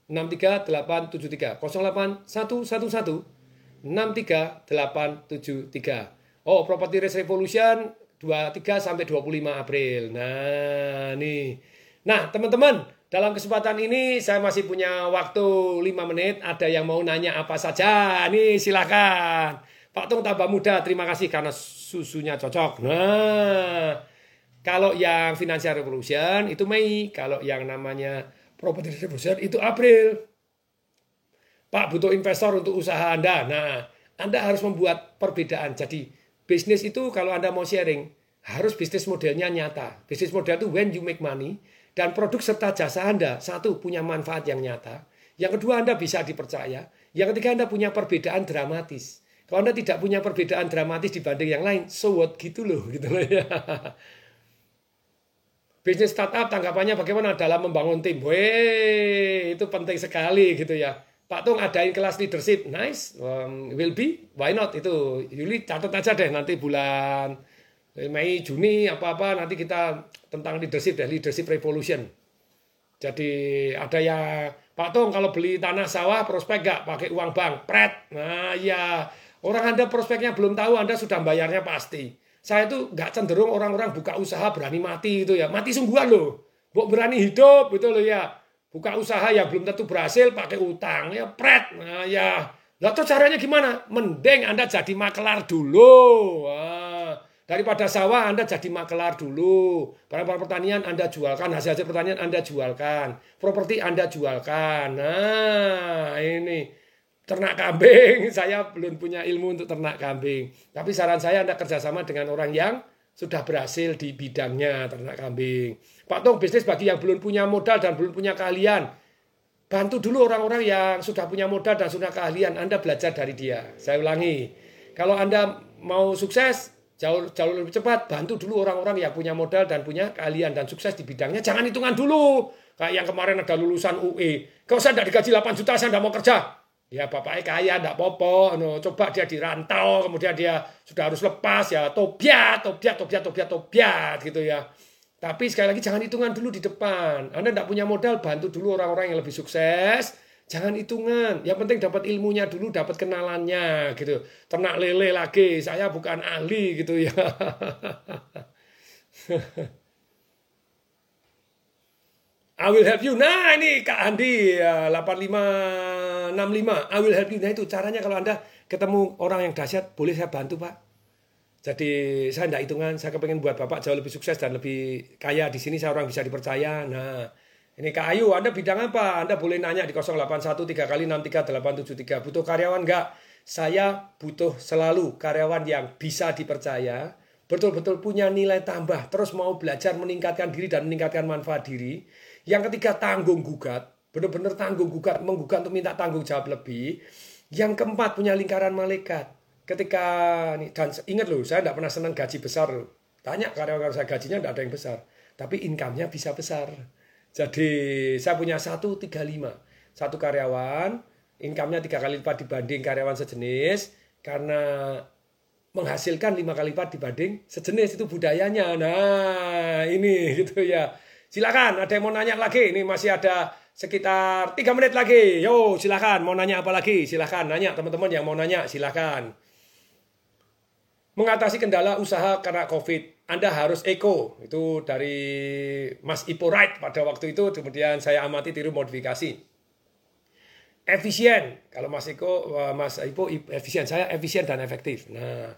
enam tiga delapan tujuh tiga nol delapan satu satu satu enam tiga delapan tujuh tiga. Oh, Property Risk Revolution dua puluh tiga sampai dua puluh lima April. Nah, nih. Nah, teman-teman, dalam kesempatan ini saya masih punya waktu lima menit. Ada yang mau nanya apa saja? Nih, silakan. Pak Tung tambah muda, terima kasih karena susunya cocok. Nah, kalau yang Financial Revolution itu Mei, kalau yang namanya Property Revolution itu April. Pak, butuh investor untuk usaha Anda. Nah, Anda harus membuat perbedaan. Jadi, bisnis itu kalau Anda mau sharing, harus bisnis modelnya nyata. Bisnis model itu when you make money, dan produk serta jasa Anda, satu, punya manfaat yang nyata. Yang kedua, Anda bisa dipercaya. Yang ketiga, Anda punya perbedaan dramatis. Kalau Anda tidak punya perbedaan dramatis dibanding yang lain, so what gitu loh. Gitu loh ya. Bisnis startup tanggapannya bagaimana dalam membangun tim? Weh, itu penting sekali gitu ya. Pak Tung adain kelas leadership, nice, um, will be, why not? Itu Yuli catat aja deh nanti bulan Mei, Juni, apa-apa nanti kita tentang leadership deh, leadership revolution. Jadi ada yang, Pak Tung kalau beli tanah sawah prospek gak pakai uang bank? Pret, nah ya, orang Anda prospeknya belum tahu, Anda sudah bayarnya pasti. Saya tuh nggak cenderung orang-orang buka usaha berani mati itu ya. Mati sungguhan loh. Buk berani hidup gitu loh ya. Buka usaha yang belum tentu berhasil pakai utang. Ya pret. Nah ya. Lah terus caranya gimana? Mending Anda jadi makelar dulu. Nah, daripada sawah Anda jadi makelar dulu. Barang-barang pertanian Anda jualkan. Hasil-hasil pertanian Anda jualkan. Properti Anda jualkan. Nah ini. Ternak kambing, saya belum punya ilmu untuk ternak kambing. Tapi saran saya Anda kerjasama dengan orang yang sudah berhasil di bidangnya ternak kambing. Pak Tung, bisnis bagi yang belum punya modal dan belum punya keahlian. Bantu dulu orang-orang yang sudah punya modal dan sudah keahlian. Anda belajar dari dia. Saya ulangi. Kalau Anda mau sukses, jauh, jauh lebih cepat, bantu dulu orang-orang yang punya modal dan punya keahlian dan sukses di bidangnya. Jangan hitungan dulu. Kayak yang kemarin ada lulusan U E. Kalau saya tidak digaji delapan juta, saya tidak mau kerja. Ya bapaknya kaya, enggak popo, no, coba dia dirantau, kemudian dia sudah harus lepas, ya tobiat, tobiat, tobiat, tobiat, tobiat, gitu ya. Tapi sekali lagi jangan hitungan dulu di depan. Anda enggak punya modal, bantu dulu orang-orang yang lebih sukses. Jangan hitungan, yang penting dapat ilmunya dulu, dapat kenalannya, gitu. Ternak lele lagi, saya bukan ahli, gitu ya. I will help you. Nah ini Kak Andi delapan lima enam lima. I will help you. Nah itu caranya kalau Anda ketemu orang yang dahsyat, boleh saya bantu Pak. Jadi saya tidak hitungan, saya kepengen buat Bapak jauh lebih sukses dan lebih kaya. Di sini saya orang bisa dipercaya. Nah ini Kak Ayu, Anda bidang apa? Anda boleh nanya di nol delapan satu tiga kali enam tiga delapan tujuh tiga. Butuh karyawan enggak? Saya butuh selalu karyawan yang bisa dipercaya, betul-betul punya nilai tambah, terus mau belajar meningkatkan diri dan meningkatkan manfaat diri. Yang ketiga tanggung gugat, benar-benar tanggung gugat, menggugat untuk minta tanggung jawab lebih. Yang keempat punya lingkaran malaikat. Ketika nih, dan ingat loh, saya tidak pernah senang gaji besar loh. Tanya karyawan saya gajinya tidak ada yang besar, tapi income-nya bisa besar. Jadi saya punya satu tiga lima, satu karyawan, income-nya tiga kali lipat dibanding karyawan sejenis, karena menghasilkan lima kali lipat dibanding sejenis, itu budayanya. Nah ini gitu ya. Silakan, ada yang mau nanya lagi? Ini masih ada sekitar tiga menit lagi. Yo, silakan. Mau nanya apa lagi? Silakan nanya teman-teman yang mau nanya. Silakan. Mengatasi kendala usaha karena COVID. Anda harus eco. Itu dari Mas Ipo Wright pada waktu itu. Kemudian saya amati tiru modifikasi. Efisien. Kalau Mas Eko, Mas Ipo efisien. Saya efisien dan efektif. Nah,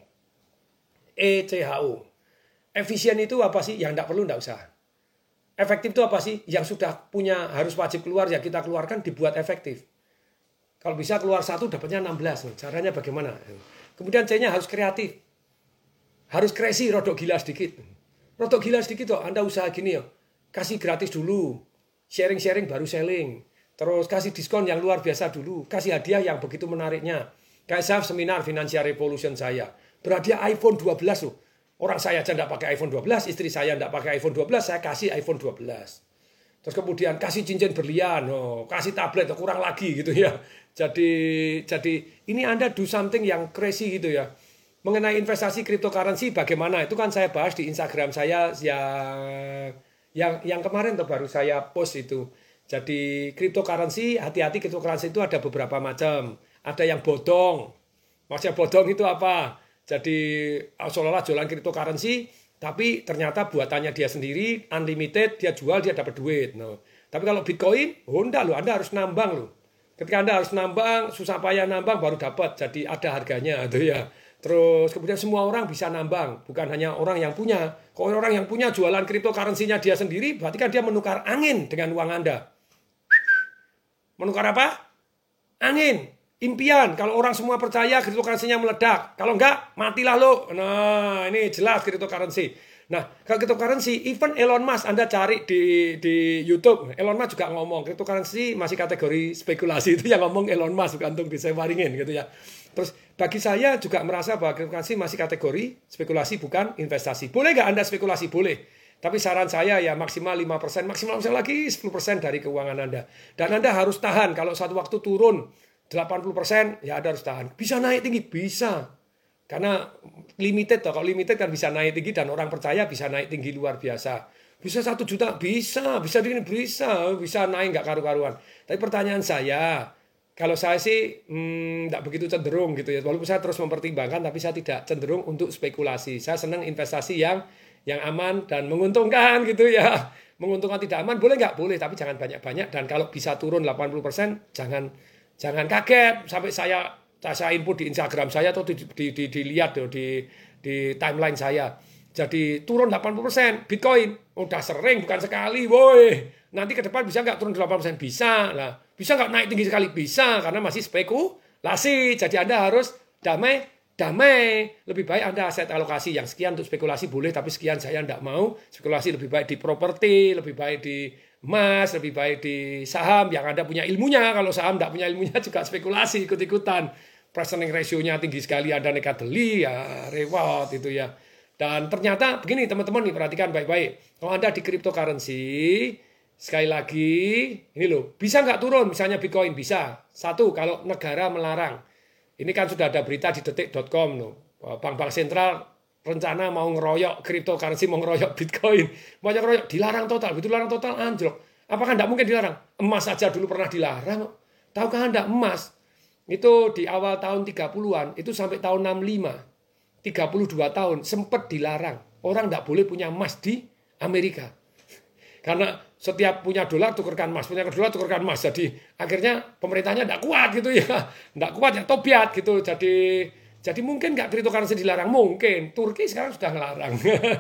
E C H O. Efisien itu apa sih? Yang tidak perlu tidak usah. Efektif itu apa sih? Yang sudah punya harus wajib keluar ya kita keluarkan dibuat efektif. Kalau bisa keluar satu dapatnya enam belas. Caranya bagaimana? Kemudian C-nya harus kreatif. Harus crazy, rodok gila sedikit. Rodok gila sedikit toh, Anda usaha gini ya. Kasih gratis dulu. Sharing-sharing baru selling. Terus kasih diskon yang luar biasa dulu. Kasih hadiah yang begitu menariknya. Kayak saya seminar Financial Revolution saya. Berhadiah iPhone dua belas loh. Orang saya aja tidak pakai iPhone dua belas, istri saya tidak pakai iPhone dua belas, saya kasih iPhone dua belas. Terus kemudian kasih cincin berlian, oh, kasih tablet, oh, kurang lagi gitu ya. Jadi jadi ini Anda do something yang crazy gitu ya. Mengenai investasi cryptocurrency bagaimana? Itu kan saya bahas di Instagram saya yang yang yang kemarin tuh baru saya post itu. Jadi cryptocurrency, hati-hati, cryptocurrency itu ada beberapa macam. Ada yang bodong. Maksudnya bodong itu apa? Jadi seolah-olah jualan cryptocurrency, tapi ternyata buatannya dia sendiri, unlimited, dia jual, dia dapat duit. No. Tapi kalau Bitcoin, oh enggak loh, Anda harus nambang loh. Ketika Anda harus nambang, susah payah nambang baru dapat. Jadi ada harganya itu ya. Terus kemudian semua orang bisa nambang, bukan hanya orang yang punya. Kalau orang yang punya jualan cryptocurrency-nya dia sendiri, berarti kan dia menukar angin dengan uang Anda. Menukar apa? Angin, impian. Kalau orang semua percaya cryptocurrency-nya meledak. Kalau enggak, matilah lo. Nah, ini jelas cryptocurrency. Nah, kalau cryptocurrency, even Elon Musk, Anda cari di di YouTube, Elon Musk juga ngomong, cryptocurrency masih kategori spekulasi. Itu yang ngomong Elon Musk, bukan Tung Desawaringin gitu ya. Terus bagi saya juga merasa bahwa cryptocurrency masih kategori spekulasi, bukan investasi. Boleh nggak Anda spekulasi? Boleh. Tapi saran saya ya maksimal lima persen, maksimal lagi sepuluh persen dari keuangan Anda. Dan Anda harus tahan, kalau suatu waktu turun delapan puluh persen, ya Anda harus tahan. Bisa naik tinggi? Bisa. Karena limited toh, kalau limited kan bisa naik tinggi dan orang percaya bisa naik tinggi luar biasa. Bisa satu juta? Bisa. Bisa begini? Bisa. Bisa naik nggak karu-karuan. Tapi pertanyaan saya, kalau saya sih tidak hmm, begitu cenderung gitu ya. Walaupun saya terus mempertimbangkan, tapi saya tidak cenderung untuk spekulasi. Saya senang investasi yang yang aman dan menguntungkan gitu ya. Menguntungkan tidak aman boleh nggak? Boleh, tapi jangan banyak-banyak. Dan kalau bisa turun delapan puluh persen, jangan jangan kaget sampai saya saya input di Instagram saya atau di, di, di, dilihat di, di, di timeline saya. Jadi turun delapan puluh persen Bitcoin. Udah sering, bukan sekali. Woi, nanti ke depan bisa nggak turun delapan puluh persen? Bisa. Nah, bisa nggak naik tinggi sekali? Bisa, karena masih spekulasi. Jadi Anda harus damai, damai. Lebih baik Anda aset alokasi yang sekian untuk spekulasi boleh, tapi sekian saya tidak mau. Spekulasi lebih baik di properti, lebih baik di emas, lebih baik di saham yang Anda punya ilmunya. Kalau saham tidak punya ilmunya juga spekulasi, ikut-ikutan. Price earning ratio-nya tinggi sekali, Anda nekat beli, ya reward itu ya. Dan ternyata begini teman-teman nih, perhatikan baik-baik. Kalau Anda di cryptocurrency, sekali lagi, ini loh, bisa nggak turun misalnya Bitcoin? Bisa. Satu, kalau negara melarang. Ini kan sudah ada berita di detik dot com loh. Bank-bank sentral rencana mau ngeroyok cryptocurrency, mau ngeroyok Bitcoin. Mau ngeroyok, dilarang total. Begitu dilarang total, anjlok. Apakah nggak mungkin dilarang? Emas saja dulu pernah dilarang. Tahukah Anda emas? Itu di awal tahun tiga puluhan, itu sampai tahun enam puluh lima. tiga puluh dua tahun, sempat dilarang. Orang nggak boleh punya emas di Amerika. Karena setiap punya dolar tukarkan emas, punya dolar tukarkan emas. Jadi akhirnya pemerintahnya nggak kuat gitu ya. Nggak kuat ya tobiat gitu. Jadi jadi mungkin nggak cryptocurrency dilarang? Mungkin. Turki sekarang sudah ngelarang.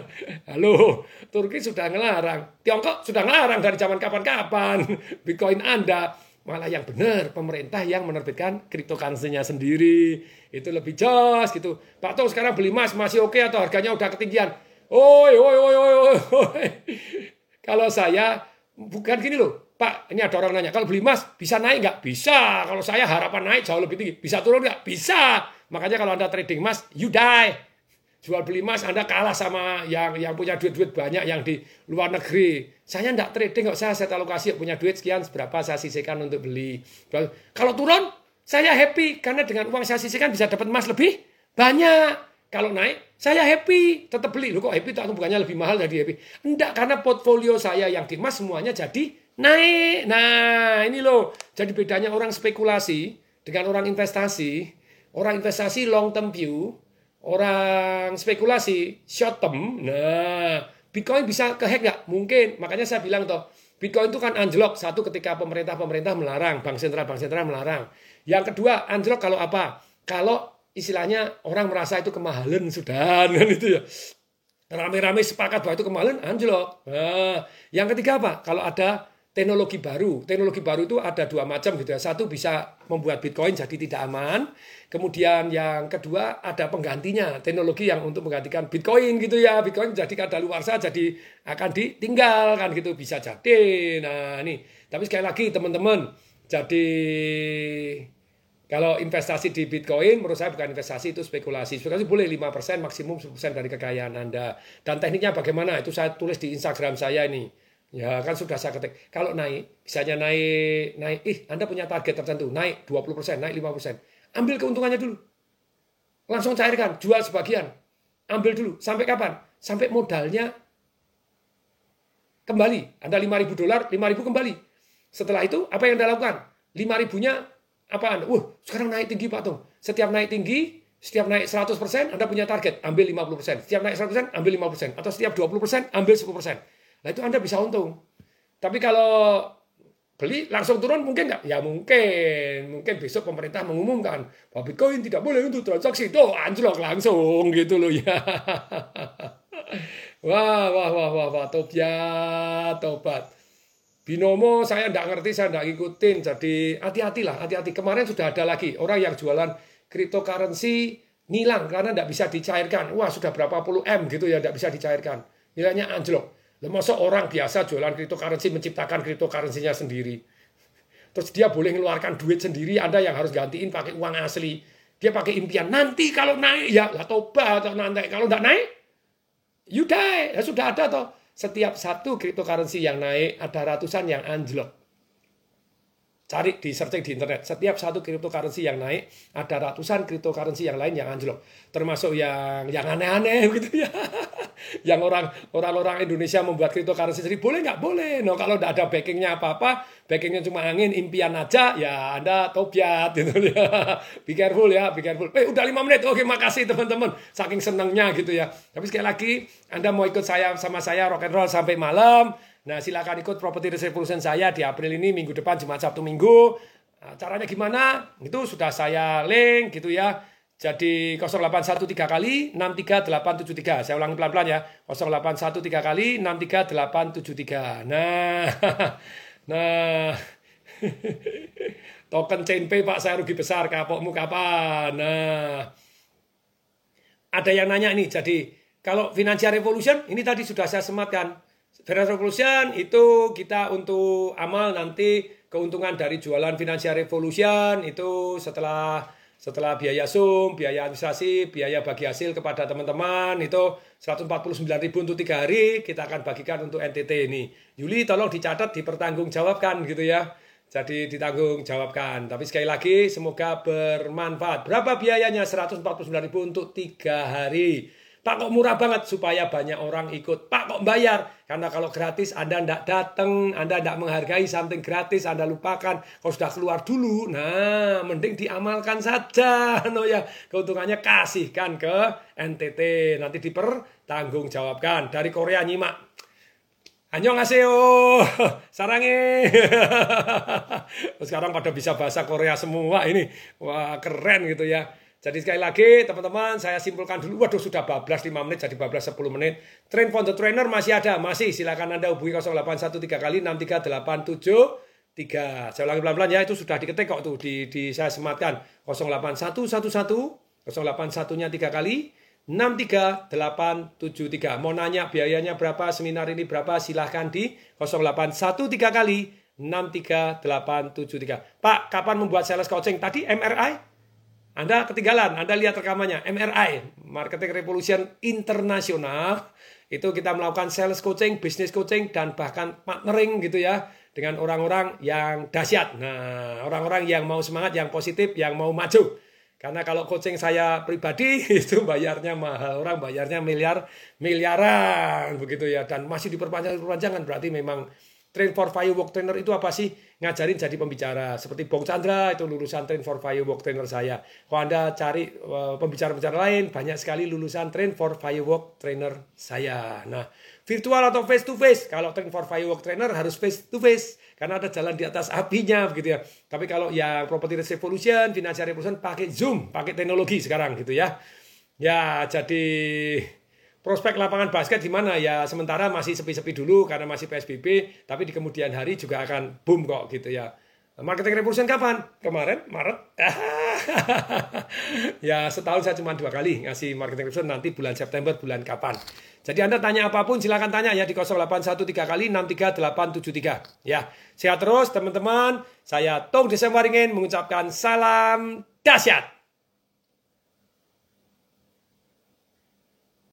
Halo, Turki sudah ngelarang. Tiongkok sudah ngelarang dari zaman kapan-kapan. Bitcoin Anda. Malah yang benar, pemerintah yang menerbitkan cryptocurrency-nya sendiri. Itu lebih jos gitu. Pak Tung sekarang beli emas masih oke atau harganya udah ketinggian? Oi, oi, oi, oi, oi. Kalau saya, bukan gini loh. Pak, ini ada orang nanya, kalau beli emas bisa naik nggak? Bisa. Kalau saya harapan naik jauh lebih tinggi. Bisa turun nggak? Bisa. Makanya kalau Anda trading emas, you die. Jual beli emas Anda kalah sama yang yang punya duit-duit banyak yang di luar negeri. Saya enggak trading kok, saya aset alokasi, punya duit sekian berapa saya sisihkan untuk beli. Kalau turun, saya happy karena dengan uang saya sisihkan bisa dapat emas lebih banyak. Kalau naik, saya happy, tetap beli. Loh kok happy? Itu bukannya lebih mahal dari happy? Enggak, karena portfolio saya yang di emas semuanya jadi naik. Nah, ini loh. Jadi bedanya orang spekulasi dengan orang investasi. Orang investasi long term view. Orang spekulasi short term, nah Bitcoin bisa kehack nggak? Mungkin. Makanya saya bilang toh, Bitcoin itu kan anjlok. Satu, ketika pemerintah-pemerintah melarang, bank sentral bank sentral melarang. Yang kedua, anjlok kalau apa? Kalau istilahnya orang merasa itu kemahalan sudah, kan itu ya. Rame-rame sepakat bahwa itu kemahalan, anjlok. Nah, yang ketiga apa? Kalau ada teknologi baru. Teknologi baru itu ada dua macam gitu ya. Satu bisa membuat Bitcoin jadi tidak aman. Kemudian yang kedua ada penggantinya. Teknologi yang untuk menggantikan Bitcoin gitu ya. Bitcoin jadi kadaluarsa jadi akan ditinggalkan gitu. Bisa jadi. Nah ini. Tapi sekali lagi teman-teman. Jadi kalau investasi di Bitcoin menurut saya bukan investasi, itu spekulasi. Spekulasi boleh lima persen maksimum sepuluh persen dari kekayaan Anda. Dan tekniknya bagaimana? Itu saya tulis di Instagram saya ini. Ya kan sudah saya ketik. Kalau naik, misalnya naik, naik, ih Anda punya target tertentu, naik dua puluh persen, naik lima puluh persen. Ambil keuntungannya dulu. Langsung cairkan, jual sebagian. Ambil dulu. Sampai kapan? Sampai modalnya kembali. Anda lima ribu dolar, lima ribu kembali. Setelah itu apa yang Anda lakukan? lima ribunya apaan? Wah, sekarang naik tinggi Pak Tung. Setiap naik tinggi, setiap naik seratus persen Anda punya target, ambil lima puluh persen. Setiap naik seratus persen, ambil lima puluh persen. Atau setiap dua puluh persen, ambil sepuluh persen. Nah itu Anda bisa untung. Tapi kalau beli langsung turun mungkin nggak? Ya mungkin. Mungkin besok pemerintah mengumumkan bahwa Bitcoin tidak boleh untuk transaksi. Tuh anjlok langsung gitu loh ya. Wah, wah, wah, wah, wah, tobat, tobat. Binomo saya nggak ngerti, saya nggak ngikutin. Jadi hati-hatilah, hati-hati. Kemarin sudah ada lagi orang yang jualan cryptocurrency ngilang karena nggak bisa dicairkan. Wah sudah berapa puluh M gitu ya, nggak bisa dicairkan. Nilainya anjlok. Masa orang biasa jualan cryptocurrency menciptakan cryptocurrency-nya sendiri. Terus dia boleh mengeluarkan duit sendiri, Anda yang harus gantiin pakai uang asli. Dia pakai impian, nanti kalau naik, ya lah tobat, nanti kalau nggak naik, you die. Ya sudah ada toh. Setiap satu cryptocurrency yang naik, ada ratusan yang anjlok. Cari di searching di internet. Setiap satu cryptocurrency yang naik, ada ratusan cryptocurrency yang lain yang anjlok. Termasuk yang yang aneh-aneh gitu ya. Yang orang orang-orang Indonesia membuat cryptocurrency sendiri, boleh nggak? Boleh. No, kalau nggak ada backingnya apa-apa, backingnya cuma angin, impian aja, ya Anda tobat gitu ya. Be careful ya, be careful. Eh udah lima menit, oke makasih teman-teman. Saking senangnya gitu ya. Tapi sekali lagi, Anda mau ikut saya sama saya rock and roll sampai malam, nah silakan ikut Property Revolution saya di April ini, minggu depan, Jumat, Sabtu, Minggu. Nah, caranya gimana? Itu sudah saya link gitu ya. Jadi nol delapan satu tiga kali enam tiga delapan tujuh tiga. Saya ulangi pelan-pelan ya. nol delapan satu tiga kali enam tiga delapan tujuh tiga. Nah. Nah. Token C N P Pak saya rugi besar, kapokmu kapan? Nah. Ada yang nanya nih. Jadi kalau Financial Revolution ini tadi sudah saya sematkan. Financial Revolution itu kita untuk amal nanti keuntungan dari jualan Financial Revolution itu setelah Setelah biaya sum, biaya administrasi, biaya bagi hasil kepada teman-teman itu seratus empat puluh sembilan ribu untuk tiga hari kita akan bagikan untuk N T T ini. Yuli tolong dicatat, dipertanggungjawabkan gitu ya. Jadi ditanggungjawabkan. Tapi sekali lagi semoga bermanfaat. Berapa biayanya? seratus empat puluh sembilan ribu untuk tiga hari. Pak kok murah banget supaya banyak orang ikut. Pak kok bayar? Karena kalau gratis Anda tidak datang, Anda tidak menghargai something gratis, Anda lupakan. Kalau sudah keluar dulu, nah mending diamalkan saja. No ya, keuntungannya kasihkan ke N T T. Nanti dipertanggungjawabkan. Dari Korea nyimak. Annyeonghaseyo, sarange. Sekarang pada bisa bahasa Korea semua ini. Wah keren gitu ya. Jadi sekali lagi teman-teman saya simpulkan dulu. Waduh sudah bablas lima menit jadi bablas sepuluh menit. Train for the trainer masih ada. Masih silakan Anda hubungi nol delapan satu tiga kali enam tiga delapan tujuh tiga. Saya ulangi pelan-pelan ya, itu sudah diketik kok tuh di, di saya sematkan. nol delapan satu satu satu nol delapan satu-nya tiga kali enam tiga delapan tujuh tiga. Mau nanya biayanya berapa, seminar ini berapa, silahkan di nol delapan satu tiga kali enam tiga delapan tujuh tiga. Pak, kapan membuat sales coaching? Tadi M R I? Anda ketinggalan, Anda lihat rekamannya. M R I, Marketing Revolution Internasional. Itu kita melakukan sales coaching, business coaching, dan bahkan partnering gitu ya. Dengan orang-orang yang dahsyat. Nah, orang-orang yang mau semangat, yang positif, yang mau maju. Karena kalau coaching saya pribadi, itu bayarnya mahal. Orang bayarnya miliar, miliaran. Begitu ya. Dan masih diperpanjang-perpanjangan. Berarti memang Train for Firework Trainer itu apa sih? Ngajarin jadi pembicara. Seperti Bong Chandra, itu lulusan Train for Firework Trainer saya. Kalau Anda cari uh, pembicara-pembicara lain, banyak sekali lulusan Train for Firework Trainer saya. Nah, virtual atau face to face? Kalau Train for Firework Trainer harus face to face. Karena ada jalan di atas apinya, begitu ya. Tapi kalau ya Property Revolution, Financial Revolution, pakai Zoom, pakai teknologi sekarang, gitu ya. Ya, jadi prospek lapangan basket di mana ya sementara masih sepi-sepi dulu karena masih P S B B, tapi di kemudian hari juga akan boom kok gitu ya. Marketing Revolution kapan? Kemarin Maret. Ya setahun saya cuma dua kali ngasih Marketing Revolution, nanti bulan September bulan kapan. Jadi Anda tanya apapun silakan tanya ya di nol delapan satu tiga kali enam tiga delapan tujuh tiga. Ya, sehat terus teman-teman. Saya Tung Desem Waringin mengucapkan salam dahsyat.